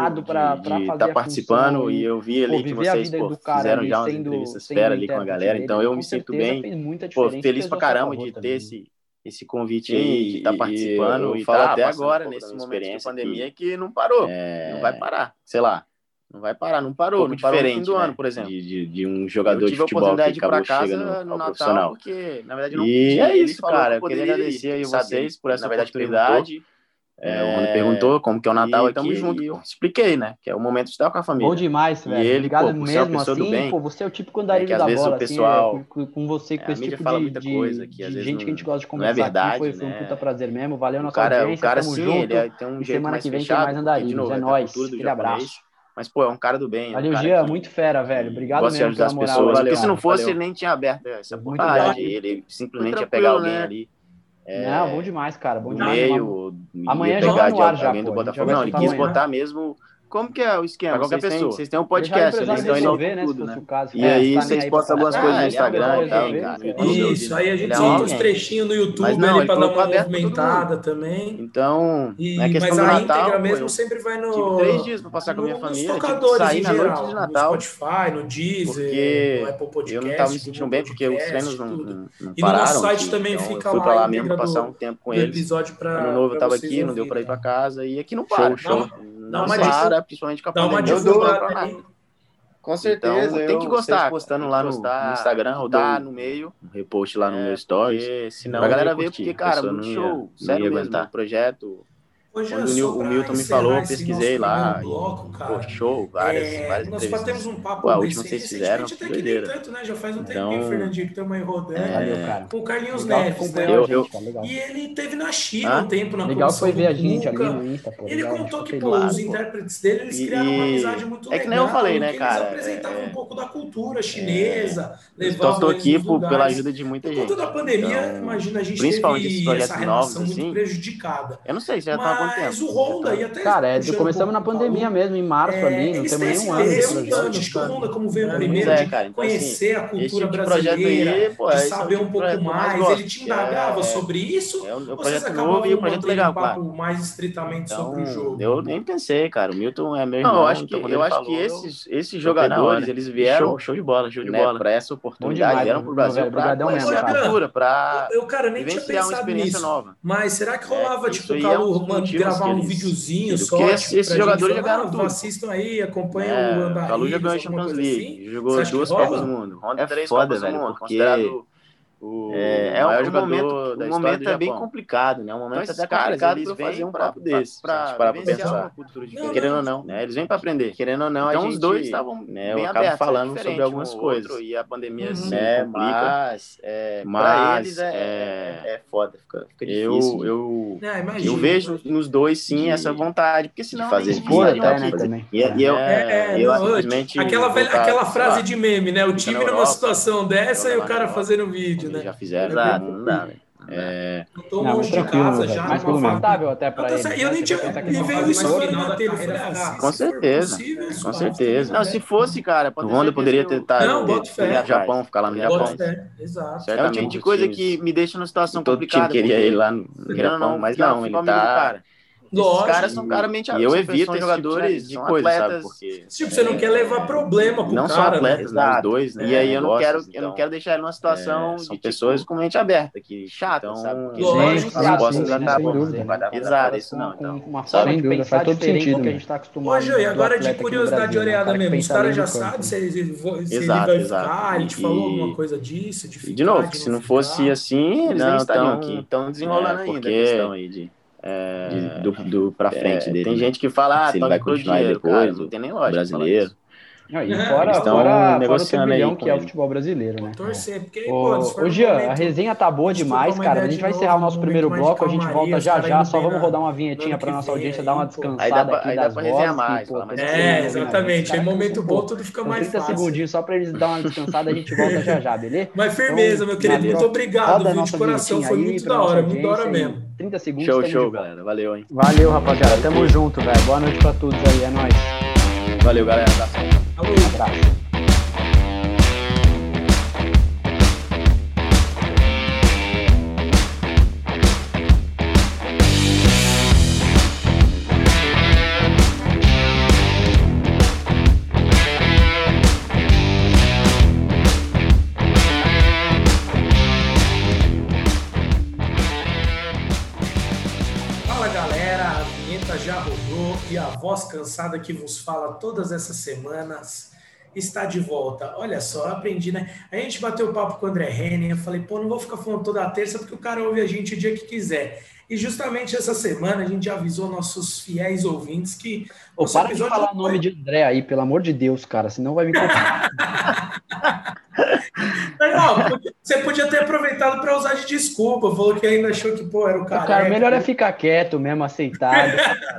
de estar participando, e eu vi ali que vocês fizeram já umas entrevistas fera ali com a galera, então eu me sinto bem, feliz pra caramba de ter esse convite aí, de estar participando, e falar até agora, nesse momento de pandemia, que não parou, não vai parar, sei lá. Não vai parar, não parou. Não parou no fim do ano, por exemplo. De um jogador de futebol que acabou chegando no profissional. Porque, na verdade, não podia. E é isso, cara. Eu queria agradecer aí vocês por essa oportunidade. O Rony perguntou como que é o Natal aqui, tamo junto. E eu expliquei, né? Que é o momento de estar com a família. Bom demais, velho. E ele, mesmo assim, você é o típico andarilho da bola, o pessoal, com você, com esse tipo fala muita coisa aqui, às vezes gente que a gente gosta de conversar não é verdade, aqui, foi um puta prazer mesmo. Valeu nossa audiência, o cara tamo sim, junto. Ele tem um jeito semana mais que vem fechado, tem mais andarilhos, é nóis. Aquele abraço. Mas, pô, é um cara do bem. Valeu, Jean, muito fera, velho. Obrigado mesmo pela moral. Pessoas, porque se não fosse, ele nem tinha aberto essa oportunidade. Ele simplesmente ia pegar alguém ali. Não, bom demais, cara. Bom demais. Amanhã ia pegar de alguém do Botafogo. Não, ele quis botar mesmo... Como que é o esquema? Pra qualquer pessoa. Vocês têm um podcast, eles estão indo ver, tudo, né? E aí vocês postam algumas coisas no Instagram e tal. Isso, aí a gente solta uns trechinhos no YouTube ali pra dar uma movimentada também. Então, é questão do Natal. Mas a íntegra mesmo sempre vai no... Tive 3 dias pra passar com a minha família. Tive que sair na noite de Natal. No Spotify, no Deezer, no Apple Podcast. Eu não tava me sentindo bem porque os treinos não pararam. E no nosso site também fica lá. Fui pra lá mesmo pra passar um tempo com eles. Ano novo eu tava aqui, não deu pra ir pra casa. E aqui não para. Não para, principalmente com a pandemia. Com certeza. Então, tem que gostar. Postando lá no Instagram, rodar no meio, um repost lá no meu stories. Senão, a galera ver, porque, cara, muito show. Sério mesmo, o projeto. Quando o Milton me falou, eu pesquisei lá. Pô, show, várias entrevistas. Nós batemos um papo a última que vocês fizeram, que doideira. Tanto, né? Já faz um tempinho, Fernandinho, que estamos aí rodando. Com o Carlinhos legal, Neves, né? E ele teve na China um tempo na legal foi ver a gente ali no Insta, pô. Ele contou que, os intérpretes dele, eles criaram uma amizade muito legal. É que nem eu falei, né, cara? Eles apresentavam um pouco da cultura chinesa, levavam estou aqui pela ajuda de muita gente. Por conta da pandemia, imagina, a gente teve essa relação muito prejudicada. Eu não sei se já tá há quanto tempo. Mas o Honda ia até... Cara, começamos na pandemia mesmo, em março ali, não temos nenhum ano. Acho que o Honda, como veio primeiro, de conhecer a cultura brasileira, de saber um pouco mais, ele te indagava sobre isso, ou vocês acabavam mantendo um papo mais estritamente sobre o jogo? Eu nem pensei, cara, o Milton é meu irmão. Eu acho que esses jogadores, eles vieram... Show de bola, pra essa oportunidade, vieram pro Brasil pra conhecer a cultura, pra vivenciar uma experiência nova. Mas será que rolava, tipo, o Carlos gravar um videozinho só. Porque esses jogadores jogaram tudo. Assistam aí, acompanhem o Andarilhos. O Kalu já ganhou a Champions League, assim. jogou 2 Copas do Mundo. Honda 3 Copas do Mundo, considerado o maior jogador da história do Japão. O momento é bem complicado, né? O momento é complicado para fazer um papo desse. Para pensar, querendo ou não, né? Eles vêm para aprender. Querendo ou não, então os dois estavam bem abertos, falando sobre algumas coisas. E a pandemia se complica. Mas eles é foda, fica difícil. Eu vejo nos dois, sim, essa vontade. Porque senão de fazer também. Aquela frase de meme, né? O time numa situação dessa e o cara fazendo vídeo, né? Já fizeram, exato, não dá, velho. Eu tô longe de casa já, mais confortável até pra ele. Eu nem tinha me veio isso agora na telha. Com certeza. Não, se fosse, cara, o Honda poderia tentar no Japão, ficar lá no Japão. Exato. É um tipo de coisa que me deixa numa situação complicada. Todo time queria ir lá no Japão, mas não, ele tá... Esses caras são claramente e eu evito jogadores de coisa, sabe? Porque você não quer levar problema pro não cara, são atletas, né? Os dois, né? E aí eu não quero deixar ele numa situação são pessoas com mente aberta, que chata, sabe? Porque as respostas acabam. Exato, isso não, então. Uma forma de pensar faz todo sentido que a gente tá acostumado. Hoje, agora de curiosidade oreada mesmo, os caras já sabem se ele vai ficar, ele te falou alguma coisa disso, de ficar, de novo, se não fosse assim, eles nem estariam aqui. Estão desenrolando ainda a questão aí de pra frente dele. Tem gente que fala, se ele vai continuar aí depois, cara, não tem nem lógica. Brasileiro. E fora negociando o turbilhão que é o futebol brasileiro, né? Torcer, porque, ô Jean, a resenha tá boa demais, cara. A gente vai encerrar o nosso primeiro bloco, a gente volta já. Só vamos rodar uma vinhetinha pra nossa audiência dar uma descansada aqui das vozes. Exatamente. É momento bom, tudo fica mais fácil. 30 segundinhos só pra eles dar uma descansada, a gente volta já, beleza? Mas firmeza, meu querido. Muito obrigado, viu, de coração. Foi muito da hora, muito da hora mesmo. 30 segundos. Show, galera. Valeu, hein? Valeu, rapaziada. Tamo junto, velho. Boa noite pra todos aí. É nóis. Valeu, galera. Abraço. E a voz cansada que vos fala todas essas semanas está de volta. Olha só, eu aprendi, né? A gente bateu papo com o André Henning, eu falei, não vou ficar falando toda a terça porque o cara ouve a gente o dia que quiser. E justamente essa semana a gente já avisou nossos fiéis ouvintes que... Para de falar o nome de André aí, pelo amor de Deus, cara, senão vai me contar. Você podia ter aproveitado para usar de desculpa, falou que ainda achou que, era o cara. Cara, melhor é ficar quieto mesmo, aceitado.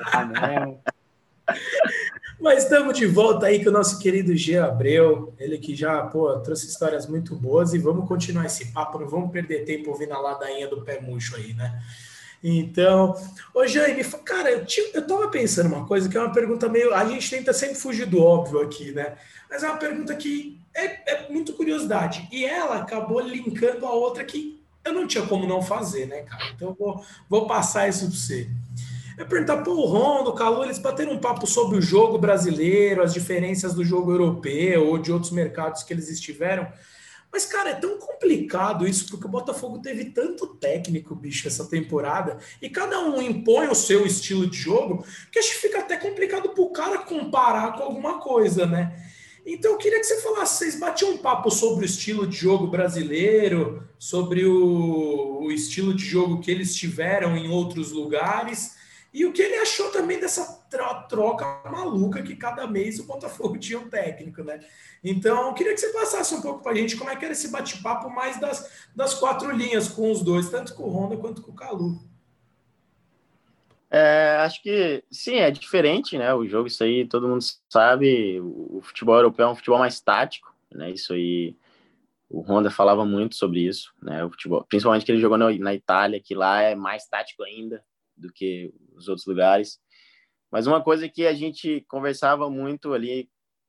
Mas estamos de volta aí com o nosso querido Jean Abreu, ele que já, trouxe histórias muito boas e vamos continuar esse papo, não vamos perder tempo ouvindo a ladainha do pé murcho aí, né? Então, Jean, cara, eu tava pensando uma coisa que é uma pergunta meio... A gente tenta sempre fugir do óbvio aqui, né? Mas é uma pergunta que é muito curiosidade. E ela acabou linkando a outra que eu não tinha como não fazer, né, cara? Então eu vou passar isso para você. Eu perguntar, o Honda, o Kalu, eles bateram um papo sobre o jogo brasileiro, as diferenças do jogo europeu ou de outros mercados que eles estiveram. Mas, cara, é tão complicado isso, porque o Botafogo teve tanto técnico, bicho, essa temporada, e cada um impõe o seu estilo de jogo, que acho que fica até complicado pro cara comparar com alguma coisa, né? Então eu queria que você falasse, vocês batiam um papo sobre o estilo de jogo brasileiro, sobre o estilo de jogo que eles tiveram em outros lugares, e o que ele achou também dessa troca maluca que cada mês o Botafogo tinha um técnico, né? Então, eu queria que você passasse um pouco para a gente como é que era esse bate-papo mais das quatro linhas com os dois, tanto com o Honda quanto com o Kalu. Acho que, sim, é diferente, né? O jogo, isso aí, todo mundo sabe, o futebol europeu é um futebol mais tático, né? Isso aí, o Honda falava muito sobre isso, né? O futebol, principalmente que ele jogou na Itália, que lá é mais tático ainda do que os outros lugares. Mas uma coisa que a gente conversava muito ali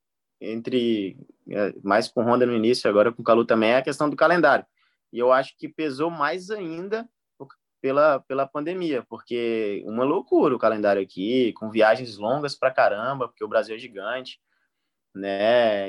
mais com o Honda no início, agora com o Kalu também, é a questão do calendário. E eu acho que pesou mais ainda pela pandemia, porque uma loucura o calendário aqui, com viagens longas pra caramba, porque o Brasil é gigante, né?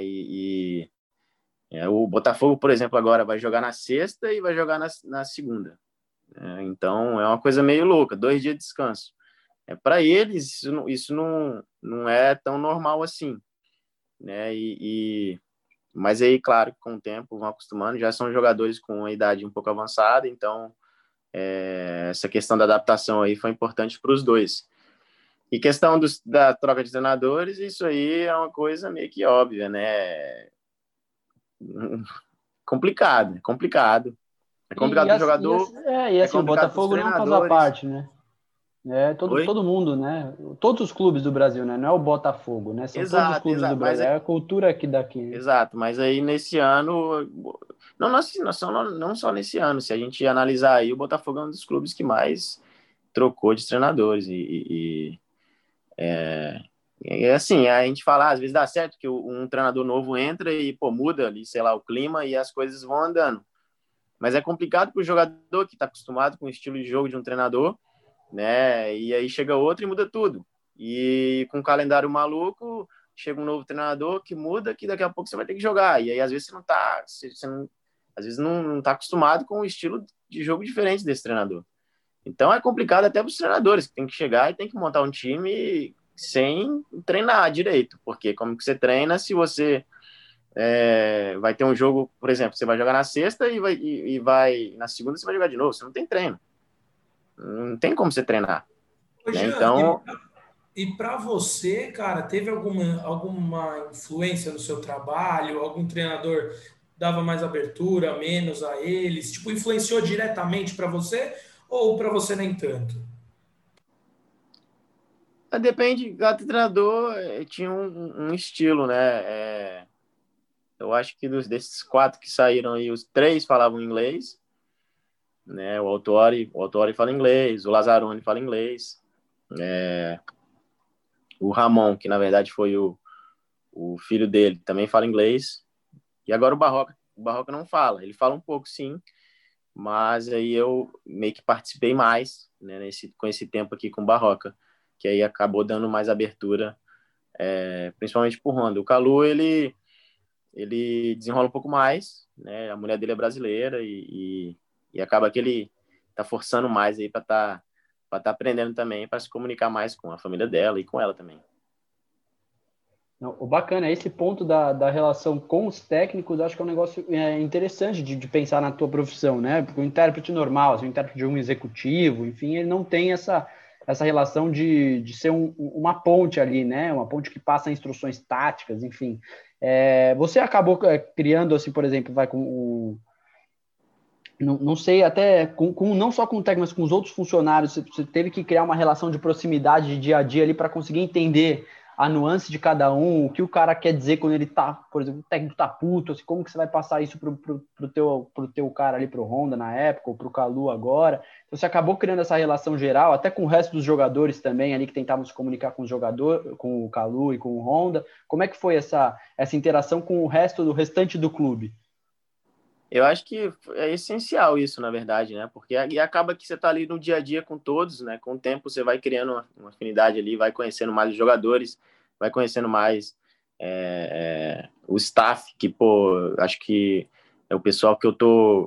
O Botafogo, por exemplo, agora vai jogar na sexta e vai jogar na segunda. Então, é uma coisa meio louca, 2 dias de descanso. Para eles, isso não é tão normal assim, né? Mas aí, claro, com o tempo vão acostumando, já são jogadores com uma idade um pouco avançada, então essa questão da adaptação aí foi importante para os dois. E questão da troca de treinadores, isso aí é uma coisa meio que óbvia, né? Complicado. É complicado para o jogador. E assim, o Botafogo não faz a parte, né? Todo mundo, né? Todos os clubes do Brasil, né? Não é o Botafogo, né? São todos os clubes do Brasil. É a cultura aqui daqui. Né? Exato, mas aí nesse ano, não só nesse ano, se a gente analisar aí, o Botafogo é um dos clubes que mais trocou de treinadores. Assim, a gente fala, às vezes dá certo que um treinador novo entra e, muda ali, sei lá, o clima e as coisas vão andando. Mas é complicado para o jogador que está acostumado com o estilo de jogo de um treinador, né? E aí chega outro e muda tudo. E com um calendário maluco, chega um novo treinador que muda, que daqui a pouco você vai ter que jogar. E aí, às vezes, às vezes não está acostumado com o estilo de jogo diferente desse treinador. Então, é complicado até para os treinadores, que tem que chegar e tem que montar um time sem treinar direito. Porque como que você treina se você vai ter um jogo, por exemplo, você vai jogar na sexta e vai na segunda você vai jogar de novo. Você não tem treino. Não tem como você treinar. Né? Então... E para você, cara, teve alguma influência no seu trabalho? Algum treinador dava mais abertura, menos a eles? Tipo, influenciou diretamente para você ou para você nem tanto? Depende, cada treinador tinha um estilo, né? Eu acho que desses 4 que saíram aí, os 3 falavam inglês, né? O Autori fala inglês, o Lazzaroni fala inglês, o Ramon, que na verdade foi o filho dele, também fala inglês, e agora o Barroca não fala, ele fala um pouco sim, mas aí eu meio que participei mais, né, com esse tempo aqui com o Barroca, que aí acabou dando mais abertura, principalmente pro Honda. O Kalu, ele desenrola um pouco mais, né? A mulher dele é brasileira e acaba que ele tá forçando mais aí para tá aprendendo também, para se comunicar mais com a família dela e com ela também. O bacana, esse ponto da relação com os técnicos, acho que é um negócio interessante de pensar na tua profissão, né? Porque o intérprete normal, assim, o intérprete de um executivo, enfim, ele não tem essa relação de ser uma ponte ali, né? Uma ponte que passa instruções táticas, enfim. Você acabou criando, assim, por exemplo, vai com o... Não sei, até não só com o técnico, mas com os outros funcionários, você teve que criar uma relação de proximidade de dia a dia ali para conseguir entender a nuance de cada um, o que o cara quer dizer quando ele tá, por exemplo, o técnico tá puto, assim, como que você vai passar isso pro teu cara ali, pro Honda na época, ou pro Kalu agora. Então, você acabou criando essa relação geral, até com o resto dos jogadores também ali, que tentavam se comunicar com com o Kalu e com o Honda. Como é que foi essa interação com o restante do clube? Eu acho que é essencial isso, na verdade, né? Porque acaba que você tá ali no dia a dia com todos, né? Com o tempo você vai criando uma afinidade ali, vai conhecendo mais os jogadores, vai conhecendo mais o staff, que, acho que é o pessoal que eu tô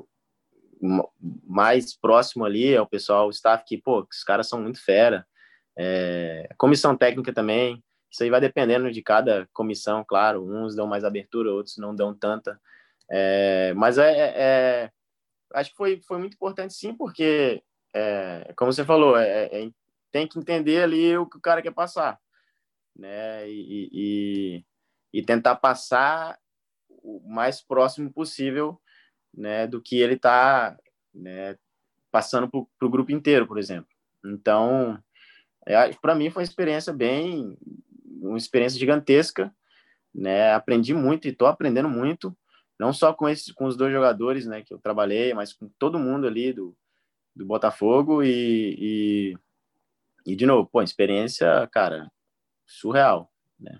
mais próximo ali, é o pessoal, o staff que, os caras são muito fera. Comissão técnica também, isso aí vai dependendo de cada comissão, claro, uns dão mais abertura, outros não dão tanta. Mas acho que foi muito importante sim, porque como você falou, tem que entender ali o que o cara quer passar, né? E tentar passar o mais próximo possível, né, do que ele está, né, passando para o grupo inteiro, por exemplo. Então, para mim foi uma experiência gigantesca, né? Aprendi muito e estou aprendendo muito, não só com os 2 jogadores, né, que eu trabalhei, mas com todo mundo ali do Botafogo e de novo, experiência, cara, surreal, né?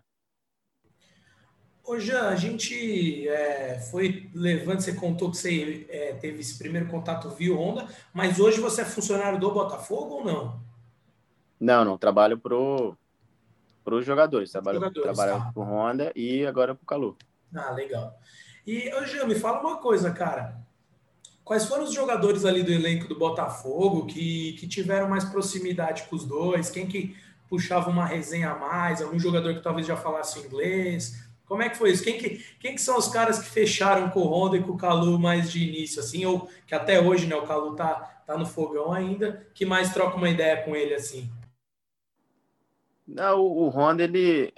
Ô Jean, a gente foi levando, você contou que você teve esse primeiro contato via Honda, mas hoje você é funcionário do Botafogo ou não? Não, trabalho pro jogadores, trabalho tá. pro Honda e agora pro Kalu. Ah, legal. E, ô Jean, me fala uma coisa, cara. quais foram os jogadores ali do elenco do Botafogo que tiveram mais proximidade com os dois? Quem que puxava uma resenha a mais? Algum jogador que talvez já falasse inglês? Como é que foi isso? Quem que são os caras que fecharam com o Honda e com o Calu mais de início, assim? Ou que até hoje, né, o Calu tá no fogão ainda, que mais troca uma ideia com ele, assim? Não, o Honda, ele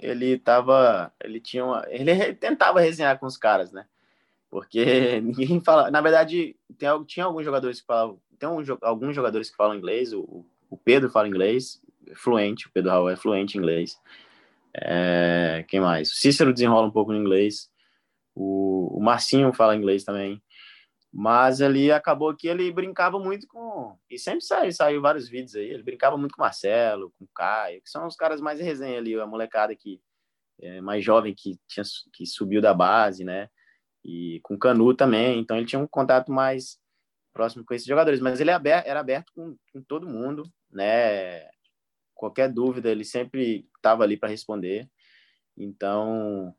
tentava resenhar com os caras, né? Porque ninguém fala. Na verdade, tinha alguns jogadores que falavam. Alguns jogadores que falam inglês. O Pedro fala inglês, fluente. O Pedro Raul é fluente em inglês. Quem mais? O Cícero desenrola um pouco no inglês. O Marcinho fala inglês também. Mas ali acabou que ele brincava muito com. E sempre saiu vários vídeos aí. Ele brincava muito com o Marcelo, com o Caio, que são os caras mais resenha ali, a molecada que mais jovem que subiu da base, né? E com o Canu também. Então ele tinha um contato mais próximo com esses jogadores. Mas ele era aberto com todo mundo, né? Qualquer dúvida, ele sempre estava ali para responder. Então,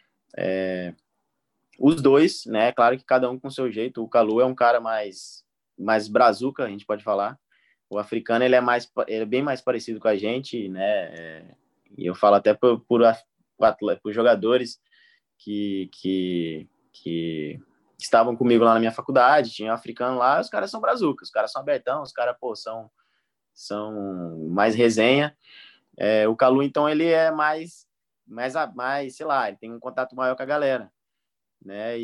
os dois, né? Claro que cada um com o seu jeito. O Calu é um cara mais brazuca, a gente pode falar. O africano, ele é bem mais parecido com a gente, né? E eu falo até por jogadores que estavam comigo lá na minha faculdade. Tinha um africano lá, os caras são brazuca, os caras são abertão, os caras, são mais resenha. O Calu, então, ele é mais, sei lá, ele tem um contato maior com a galera, né?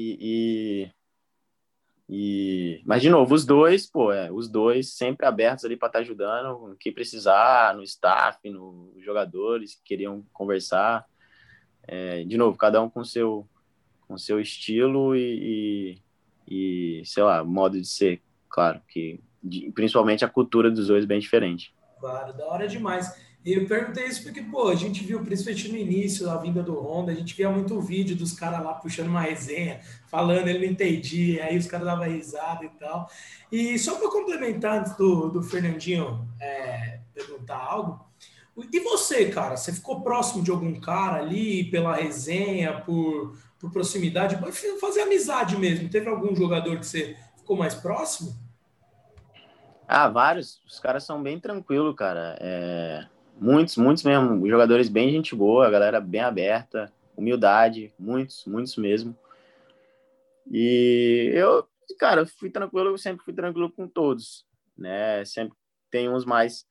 Mas, de novo, os dois sempre abertos ali para estar ajudando, o que precisar, no staff, nos jogadores que queriam conversar. De novo, cada um com seu estilo e, sei lá, modo de ser, claro, principalmente a cultura dos dois é bem diferente. Claro, da hora demais. E eu perguntei isso porque, a gente viu, principalmente no início da vinda do Honda, a gente via muito vídeo dos caras lá puxando uma resenha, falando, ele não entendia, aí os caras davam risada e tal. E só para complementar, antes do Fernandinho perguntar algo, e você, cara, você ficou próximo de algum cara ali pela resenha, por proximidade, fazer amizade mesmo? Teve algum jogador que você ficou mais próximo? Vários. Os caras são bem tranquilos, cara. Muitos mesmo. Jogadores bem gente boa, a galera bem aberta, humildade, muitos mesmo. E eu, cara, eu sempre fui tranquilo com todos, né? Sempre tem uns mais.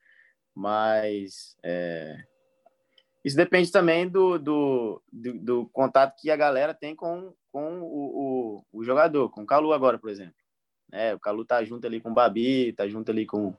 Isso depende também do contato que a galera tem com o jogador, com o Calu agora, por exemplo. O Calu tá junto ali com o Babi, tá junto ali com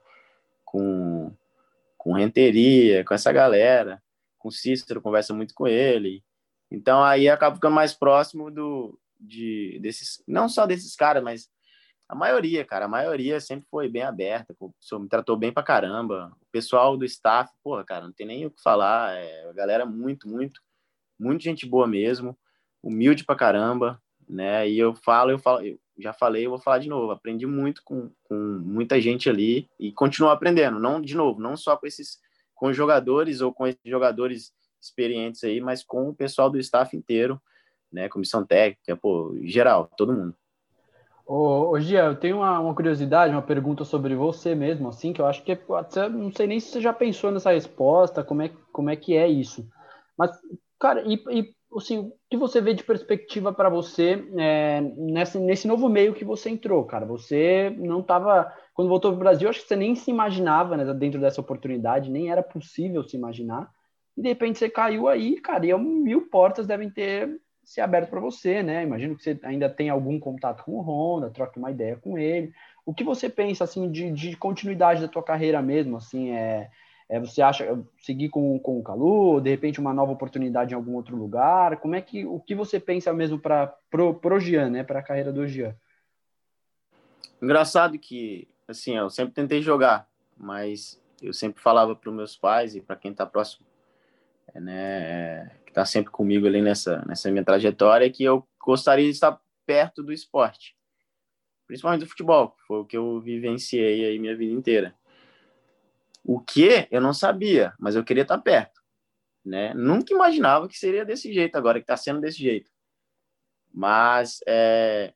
Renteria, com essa galera, com o Cícero, conversa muito com ele. Então aí acaba ficando mais próximo desses, não só desses caras, mas a maioria, cara, a maioria sempre foi bem aberta, me tratou bem pra caramba. O pessoal do staff, cara, não tem nem o que falar, a galera muito gente boa mesmo, humilde pra caramba, né? E eu já falei, eu vou falar de novo, aprendi muito com muita gente ali e continuo aprendendo, não só com os jogadores ou com esses jogadores experientes aí, mas com o pessoal do staff inteiro, né? Comissão técnica, geral, todo mundo. Ô Gia, eu tenho uma curiosidade, uma pergunta sobre você mesmo, assim, que eu acho que não sei nem se você já pensou nessa resposta, como é que é isso. Mas, cara, assim, o que você vê de perspectiva para você nesse novo meio que você entrou, cara? Você não estava... Quando voltou para o Brasil, acho que você nem se imaginava, né, dentro dessa oportunidade, nem era possível se imaginar. E, de repente, você caiu aí, cara, e 1000 portas devem ter se aberto para você, né? Imagino que você ainda tem algum contato com o Honda, troque uma ideia com ele. O que você pensa, assim, de continuidade da tua carreira mesmo, assim, você acha seguir com o Calu, ou de repente uma nova oportunidade em algum outro lugar? O que você pensa mesmo pro Jean, né? Para a carreira do Jean? Engraçado que, assim, eu sempre tentei jogar, mas eu sempre falava para os meus pais e para quem está próximo, né, que está sempre comigo ali nessa minha trajetória, que eu gostaria de estar perto do esporte, principalmente do futebol, que foi o que eu vivenciei aí minha vida inteira. O que eu não sabia, mas eu queria estar perto, né? Nunca imaginava que seria desse jeito agora, que está sendo desse jeito. Mas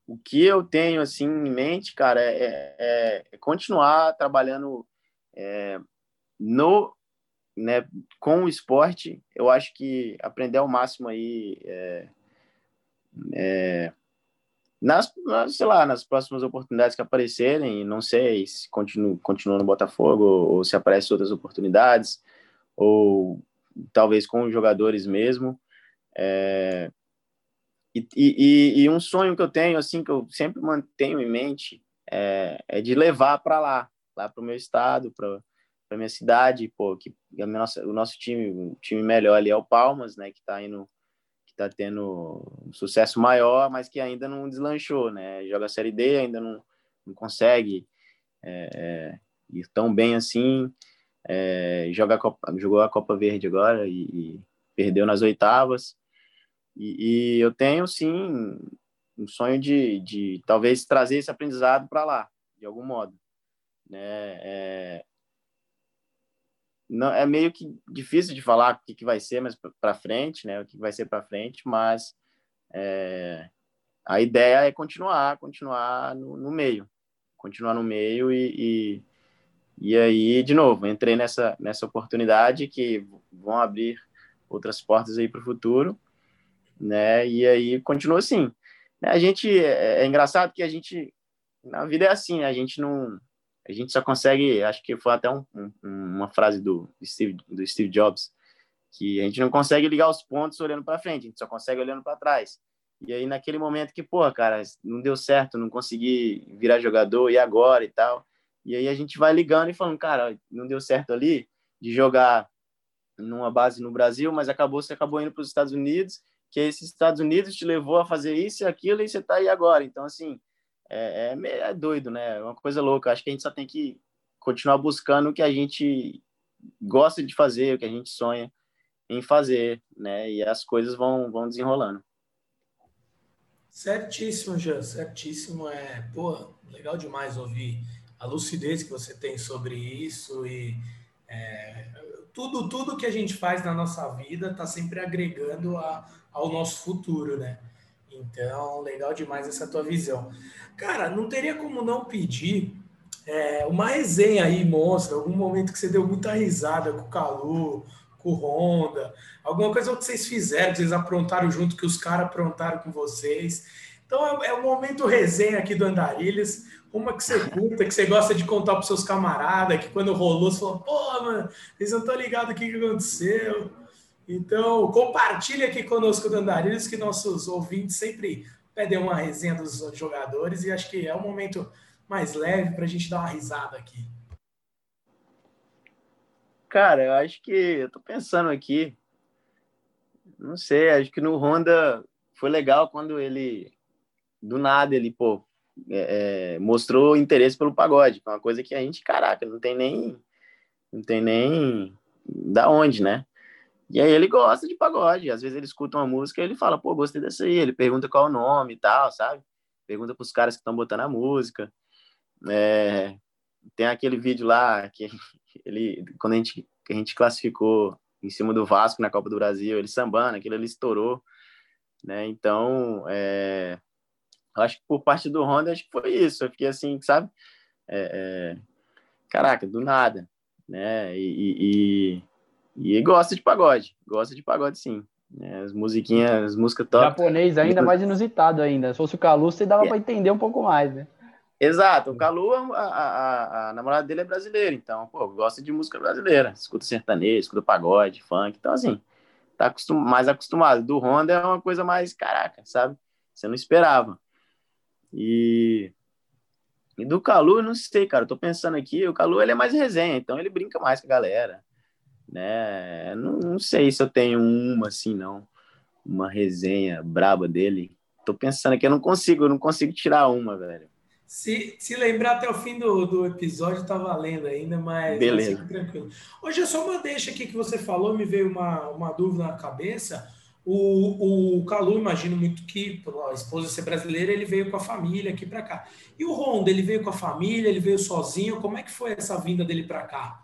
o que eu tenho assim em mente, cara, é continuar trabalhando no, né, com o esporte. Eu acho que aprender ao máximo aí sei lá, nas próximas oportunidades que aparecerem, não sei se continua no Botafogo ou se aparecem outras oportunidades, ou talvez com os jogadores mesmo. E um sonho que eu tenho, assim, que eu sempre mantenho em mente, é de levar para lá para o meu estado, para minha cidade, pô, que o nosso time, o time melhor ali é o Palmas, né, que está tendo um sucesso maior, mas que ainda não deslanchou, né? Joga a Série D, ainda não consegue ir tão bem assim. Jogou a Copa Verde agora e perdeu nas oitavas. E eu tenho, sim, um sonho de talvez trazer esse aprendizado para lá, de algum modo. Né? Não, é meio que difícil de falar o que vai ser mais para frente, né? O que vai ser para frente, mas a ideia é continuar no meio. Continuar no meio e aí, de novo, entrei nessa oportunidade que vão abrir outras portas aí para o futuro, né? E aí continua assim. A gente é engraçado que a gente na vida é assim, né? A gente só consegue, acho que foi até uma frase do Steve Jobs, que a gente não consegue ligar os pontos olhando para frente, a gente só consegue olhando para trás. E aí naquele momento que, pô, cara, não deu certo, não consegui virar jogador, e agora e tal. E aí a gente vai ligando e falando, cara, não deu certo ali de jogar numa base no Brasil, mas você acabou indo para os Estados Unidos, que esses Estados Unidos te levou a fazer isso e aquilo, e você está aí agora. Então, assim, é doido, né? É uma coisa louca. Acho que a gente só tem que continuar buscando o que a gente gosta de fazer, o que a gente sonha em fazer, né? E as coisas vão desenrolando. Certíssimo, Jean, certíssimo. Pô, legal demais ouvir a lucidez que você tem sobre isso e tudo que a gente faz na nossa vida está sempre agregando ao nosso futuro, né? Então, legal demais essa tua visão. Cara, não teria como não pedir uma resenha aí, monstra, algum momento que você deu muita risada com o Calu, com o Honda, alguma coisa que vocês fizeram, que vocês aprontaram junto, que os caras aprontaram com vocês. Então é o momento resenha aqui do Andarilhas, uma que você curta, que você gosta de contar para seus camaradas, que quando rolou, você falou, pô, mano, eles não estão ligados o que aconteceu. Então, compartilha aqui conosco do Andarilhas, que nossos ouvintes sempre pedem uma resenha dos jogadores, e acho que é um momento mais leve para a gente dar uma risada aqui. Cara, eu acho que eu tô pensando aqui, não sei, acho que no Honda foi legal quando ele, do nada, ele, pô, mostrou interesse pelo pagode, que é uma coisa que a gente, caraca, não tem nem da onde, né? E aí ele gosta de pagode, às vezes ele escuta uma música e ele fala, pô, gostei dessa aí, ele pergunta qual é o nome e tal, sabe? Pergunta pros caras que estão botando a música. Tem aquele vídeo lá que quando a gente classificou em cima do Vasco na Copa do Brasil, ele sambando, aquilo ali estourou, né? Então, acho que por parte do Honda, acho que foi isso. Eu fiquei assim, sabe? Caraca, do nada, né? E gosta de pagode sim. As musiquinhas, as músicas top. Japonês ainda mais inusitado ainda. Se fosse o Calu, você dava para entender um pouco mais, né? Exato, o Calu, a namorada dele é brasileira, então, pô, gosta de música brasileira, escuta sertanejo, escuta pagode, funk, então, assim, tá mais acostumado. Do Honda é uma coisa mais, caraca, sabe? Você não esperava. E do Calu, eu não sei, cara, eu tô pensando aqui, o Calu, ele é mais resenha, então ele brinca mais com a galera, né? Não sei se eu tenho assim, não, uma resenha braba dele. Tô pensando aqui, eu não consigo tirar uma, velho. Se lembrar até o fim do episódio, tá valendo ainda, mas beleza. Fica tranquilo. Hoje é só uma deixa aqui que você falou, me veio uma dúvida na cabeça. O Calu, imagino muito que, a esposa ser brasileira, ele veio com a família aqui para cá. E o Honda, ele veio com a família, ele veio sozinho? Como é que foi essa vinda dele para cá?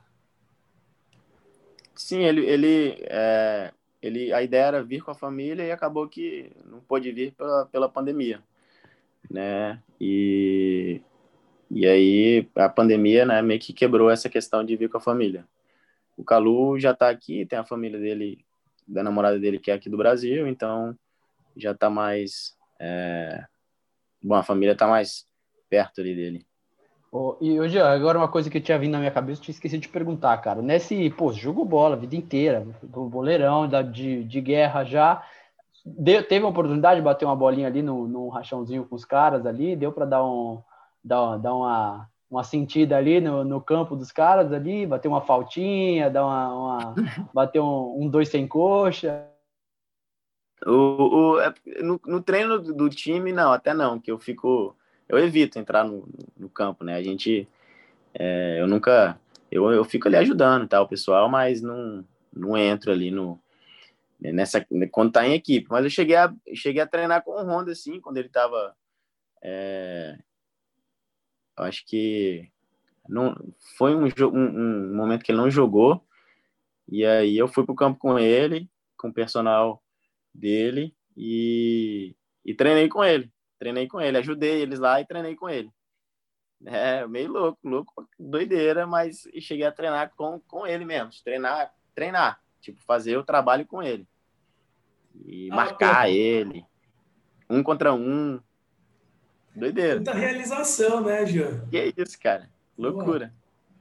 Sim, a ideia era vir com a família e acabou que não pôde vir pela pandemia. né? E aí a pandemia, né, meio que quebrou essa questão de vir com a família. O Calu já tá aqui, tem a família dele, da namorada dele que é aqui do Brasil, então já tá mais... Bom, a família tá mais perto ali dele. E hoje, agora uma coisa que eu tinha vindo na minha cabeça, eu tinha esquecido de perguntar, cara. Nesse, pô, jogo bola a vida inteira, do boleirão, de guerra já. Teve a oportunidade de bater uma bolinha ali no rachãozinho com os caras ali, deu para dar uma sentida ali no campo dos caras ali, bater uma faltinha, bater um dois sem coxa. No treino do time, não, até não, que eu evito entrar no campo, né? A gente, eu nunca, eu fico ali ajudando, tá, o pessoal, mas não entro ali quando tá em equipe. Mas eu cheguei a treinar com o Honda, assim, quando ele tava, eu acho que não, foi um momento que ele não jogou, e aí eu fui pro campo com ele, com o personal dele, e treinei com ele, ajudei eles lá e treinei com ele. Meio louco, doideira, mas cheguei a treinar com ele mesmo, treinar, tipo, fazer o trabalho com ele. E marcar ele, 1 contra 1, doideira. Muita realização, né, Jean? Que é isso, cara, loucura.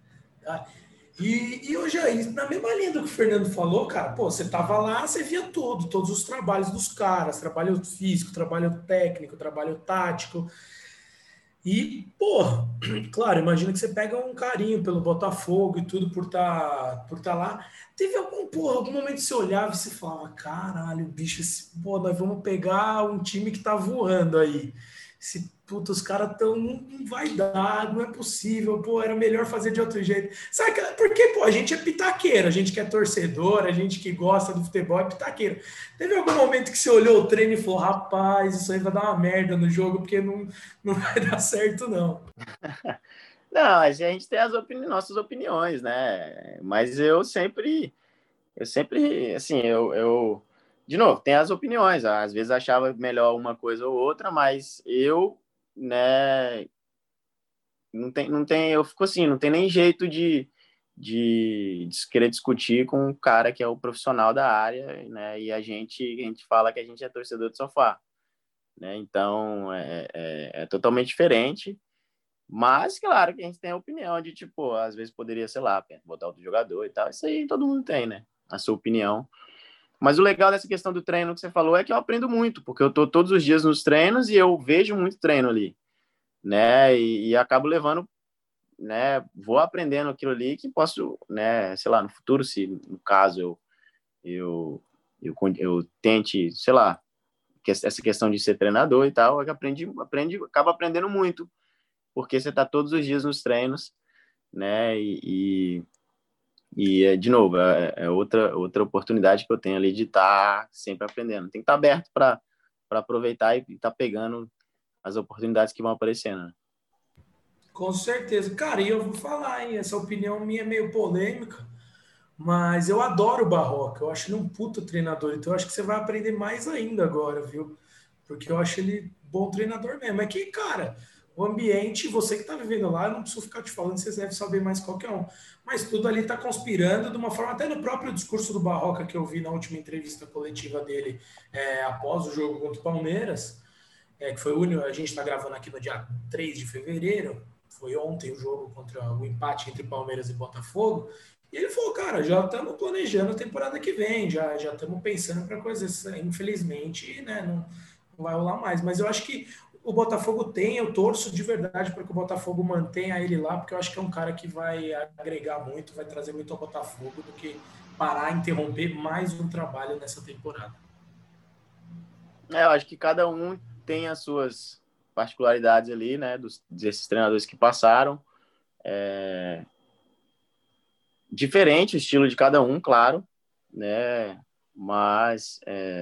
E hoje aí, na mesma linha do que o Fernando falou, cara, pô, você tava lá, você via todos os trabalhos dos caras, trabalho físico, trabalho técnico, trabalho tático. E, pô, claro, imagina que você pega um carinho pelo Botafogo e tudo por tá lá. Teve algum momento que você olhava e você falava, caralho, bicho, nós vamos pegar um time que tá voando aí. Os caras tão, não vai dar, não é possível, pô, era melhor fazer de outro jeito. Sabe, porque, pô, a gente é pitaqueiro, a gente que é torcedor, a gente que gosta do futebol é pitaqueiro. Teve algum momento que você olhou o treino e falou, rapaz, isso aí vai dar uma merda no jogo, porque não vai dar certo, não. Não, a gente tem nossas opiniões, né? Mas eu sempre, assim, de novo, tem as opiniões. Às vezes achava melhor uma coisa ou outra, mas né, eu fico assim, não tem nem jeito de querer discutir com um cara que é o profissional da área, né? E a gente fala que a gente é torcedor de sofá, né? Então, é totalmente diferente. Mas, claro, que a gente tem a opinião de, tipo, às vezes poderia, sei lá, botar outro jogador e tal. Isso aí todo mundo tem, né? A sua opinião. Mas o legal dessa questão do treino que você falou é que eu aprendo muito, porque eu tô todos os dias nos treinos e eu vejo muito treino ali, né? E acabo levando, né? Vou aprendendo aquilo ali que posso, né? Sei lá, no futuro, se no caso eu tente, sei lá, essa questão de ser treinador e tal, acaba aprendendo muito, porque você está todos os dias nos treinos, né? De novo, é outra oportunidade que eu tenho ali de estar sempre aprendendo. Tem que estar aberto para aproveitar e estar pegando as oportunidades que vão aparecendo. Né? Com certeza. Cara, e eu vou falar, hein? Essa opinião minha é meio polêmica, mas eu adoro o Barroca. Eu acho ele um puta treinador, então eu acho que você vai aprender mais ainda agora, viu? Porque eu acho ele bom treinador mesmo. É que, cara, o ambiente, você que tá vivendo lá, eu não preciso ficar te falando, vocês devem saber mais qualquer um. Mas tudo ali tá conspirando de uma forma, até no próprio discurso do Barroca que eu vi na última entrevista coletiva dele após o jogo contra o Palmeiras, que foi o único, a gente está gravando aqui no dia 3 de fevereiro, foi ontem o jogo contra o empate entre Palmeiras e Botafogo, e ele falou, cara, já estamos planejando a temporada que vem, já estamos pensando para coisas, infelizmente, né, não vai rolar mais, mas eu acho que o Botafogo eu torço de verdade para que o Botafogo mantenha ele lá, porque eu acho que é um cara que vai agregar muito, vai trazer muito ao Botafogo do que parar, interromper mais um trabalho nessa temporada. Eu acho que cada um tem as suas particularidades ali, né, desses treinadores que passaram. Diferente o estilo de cada um, claro, né, mas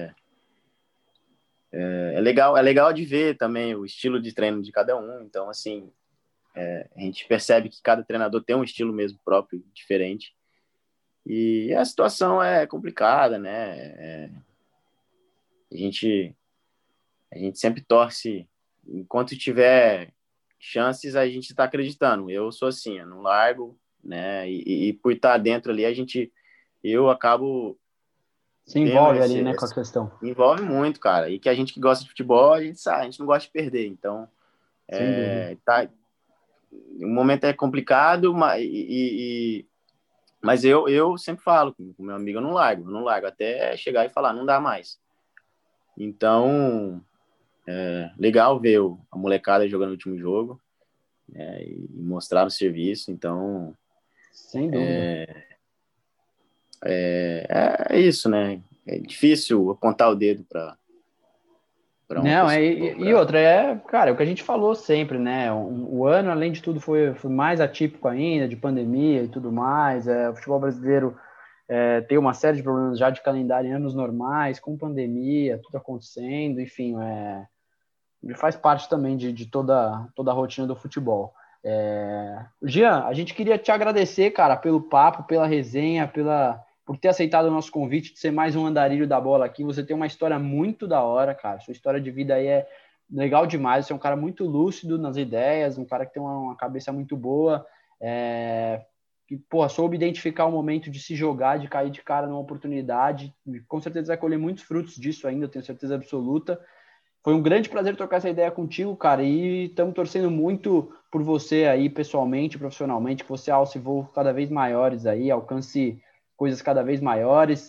é legal de ver também o estilo de treino de cada um. Então, assim, a gente percebe que cada treinador tem um estilo mesmo próprio, diferente. E a situação é complicada, né? A gente sempre torce, enquanto tiver chances, a gente está acreditando. Eu sou assim, eu não largo, né? E por estar dentro ali, eu acabo... Se envolve ali, né, com a questão. Envolve muito, cara. E que a gente que gosta de futebol, a gente sabe, a gente não gosta de perder. Então, o momento é complicado, mas eu sempre falo com o meu amigo, eu não largo, até chegar e falar, não dá mais. Então, legal ver a molecada jogando o último jogo, e mostrar o serviço. Então, sem dúvida. É isso, né? É difícil apontar o dedo para não, e outra, cara, é o que a gente falou sempre, né? O ano, além de tudo, foi mais atípico ainda, de pandemia e tudo mais. O futebol brasileiro tem uma série de problemas já de calendário em anos normais, com pandemia, tudo acontecendo, enfim, faz parte também de toda a rotina do futebol. Jean, a gente queria te agradecer, cara, pelo papo, pela resenha, por ter aceitado o nosso convite de ser mais um andarilho da bola aqui. Você tem uma história muito da hora, cara. Sua história de vida aí é legal demais. Você é um cara muito lúcido nas ideias, um cara que tem uma cabeça muito boa, que, soube identificar o momento de se jogar, de cair de cara numa oportunidade. Com certeza vai colher muitos frutos disso ainda, eu tenho certeza absoluta. Foi um grande prazer trocar essa ideia contigo, cara, e estamos torcendo muito por você aí, pessoalmente, profissionalmente, que você alce voos cada vez maiores aí, alcance coisas cada vez maiores,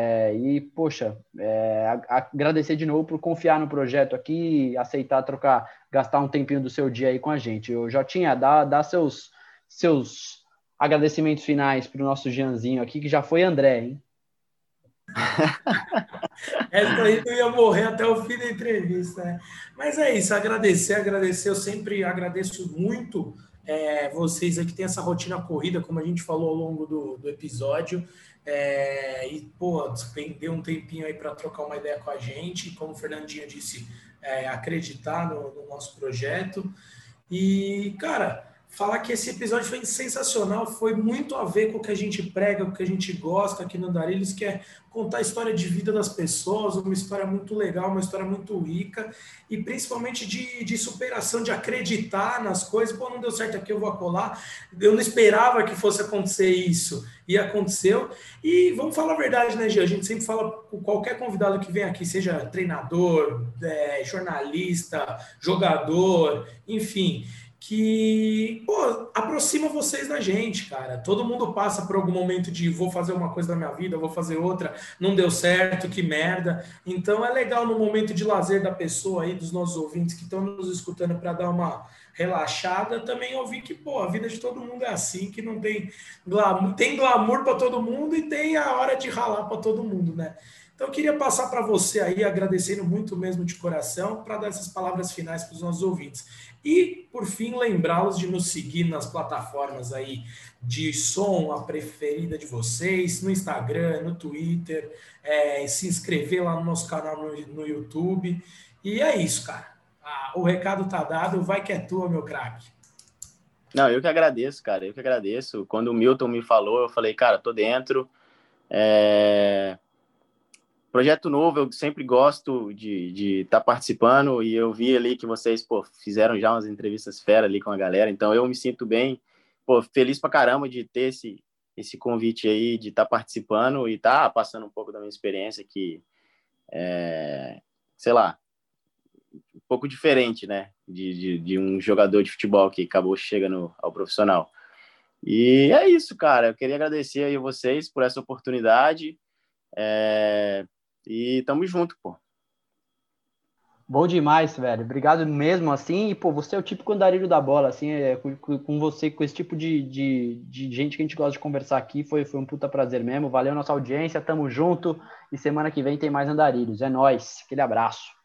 agradecer de novo por confiar no projeto aqui, aceitar gastar um tempinho do seu dia aí com a gente. Eu já tinha, dá seus agradecimentos finais para o nosso Jeanzinho aqui, que já foi André, hein? Essa aí eu ia morrer até o fim da entrevista, né? Mas é isso, agradecer, eu sempre agradeço muito vocês aí que tem essa rotina corrida, como a gente falou ao longo do episódio, deu um tempinho aí para trocar uma ideia com a gente, como o Fernandinho disse, acreditar no nosso projeto. E, cara, falar que esse episódio foi sensacional, foi muito a ver com o que a gente prega, com o que a gente gosta aqui no Andarilhos, que é contar a história de vida das pessoas, uma história muito legal, uma história muito rica, e principalmente de superação, de acreditar nas coisas. Não deu certo aqui, eu vou acolá. Eu não esperava que fosse acontecer isso, e aconteceu. E vamos falar a verdade, né, Gê? A gente sempre fala com qualquer convidado que vem aqui, seja treinador, jornalista, jogador, enfim, que aproxima vocês da gente, cara. Todo mundo passa por algum momento de vou fazer uma coisa da minha vida, vou fazer outra, não deu certo, que merda. Então é legal no momento de lazer da pessoa aí, dos nossos ouvintes que estão nos escutando, para dar uma relaxada, também ouvir que a vida de todo mundo é assim, que não tem glamour, tem glamour para todo mundo e tem a hora de ralar para todo mundo, né? Então eu queria passar para você aí, agradecendo muito mesmo de coração, para dar essas palavras finais para os nossos ouvintes. E, por fim, lembrá-los de nos seguir nas plataformas aí de som, a preferida de vocês, no Instagram, no Twitter, se inscrever lá no nosso canal no YouTube. E é isso, cara. O recado tá dado, vai que é tua, meu craque. Não, eu que agradeço, cara, eu que agradeço. Quando o Milton me falou, eu falei, cara, tô dentro. Projeto novo, eu sempre gosto de estar participando, e eu vi ali que vocês, fizeram já umas entrevistas fera ali com a galera, então eu me sinto bem, feliz pra caramba de ter esse convite aí, de estar participando e estar passando um pouco da minha experiência, que sei lá, um pouco diferente, né, de um jogador de futebol que acabou chegando ao profissional. E é isso, cara, eu queria agradecer aí a vocês por essa oportunidade, e tamo junto, Bom demais, velho. Obrigado mesmo, assim. E, você é o típico andarilho da bola, assim, com você, com esse tipo de gente que a gente gosta de conversar aqui. Foi um puta prazer mesmo. Valeu nossa audiência, tamo junto. E semana que vem tem mais andarilhos. É nóis. Aquele abraço.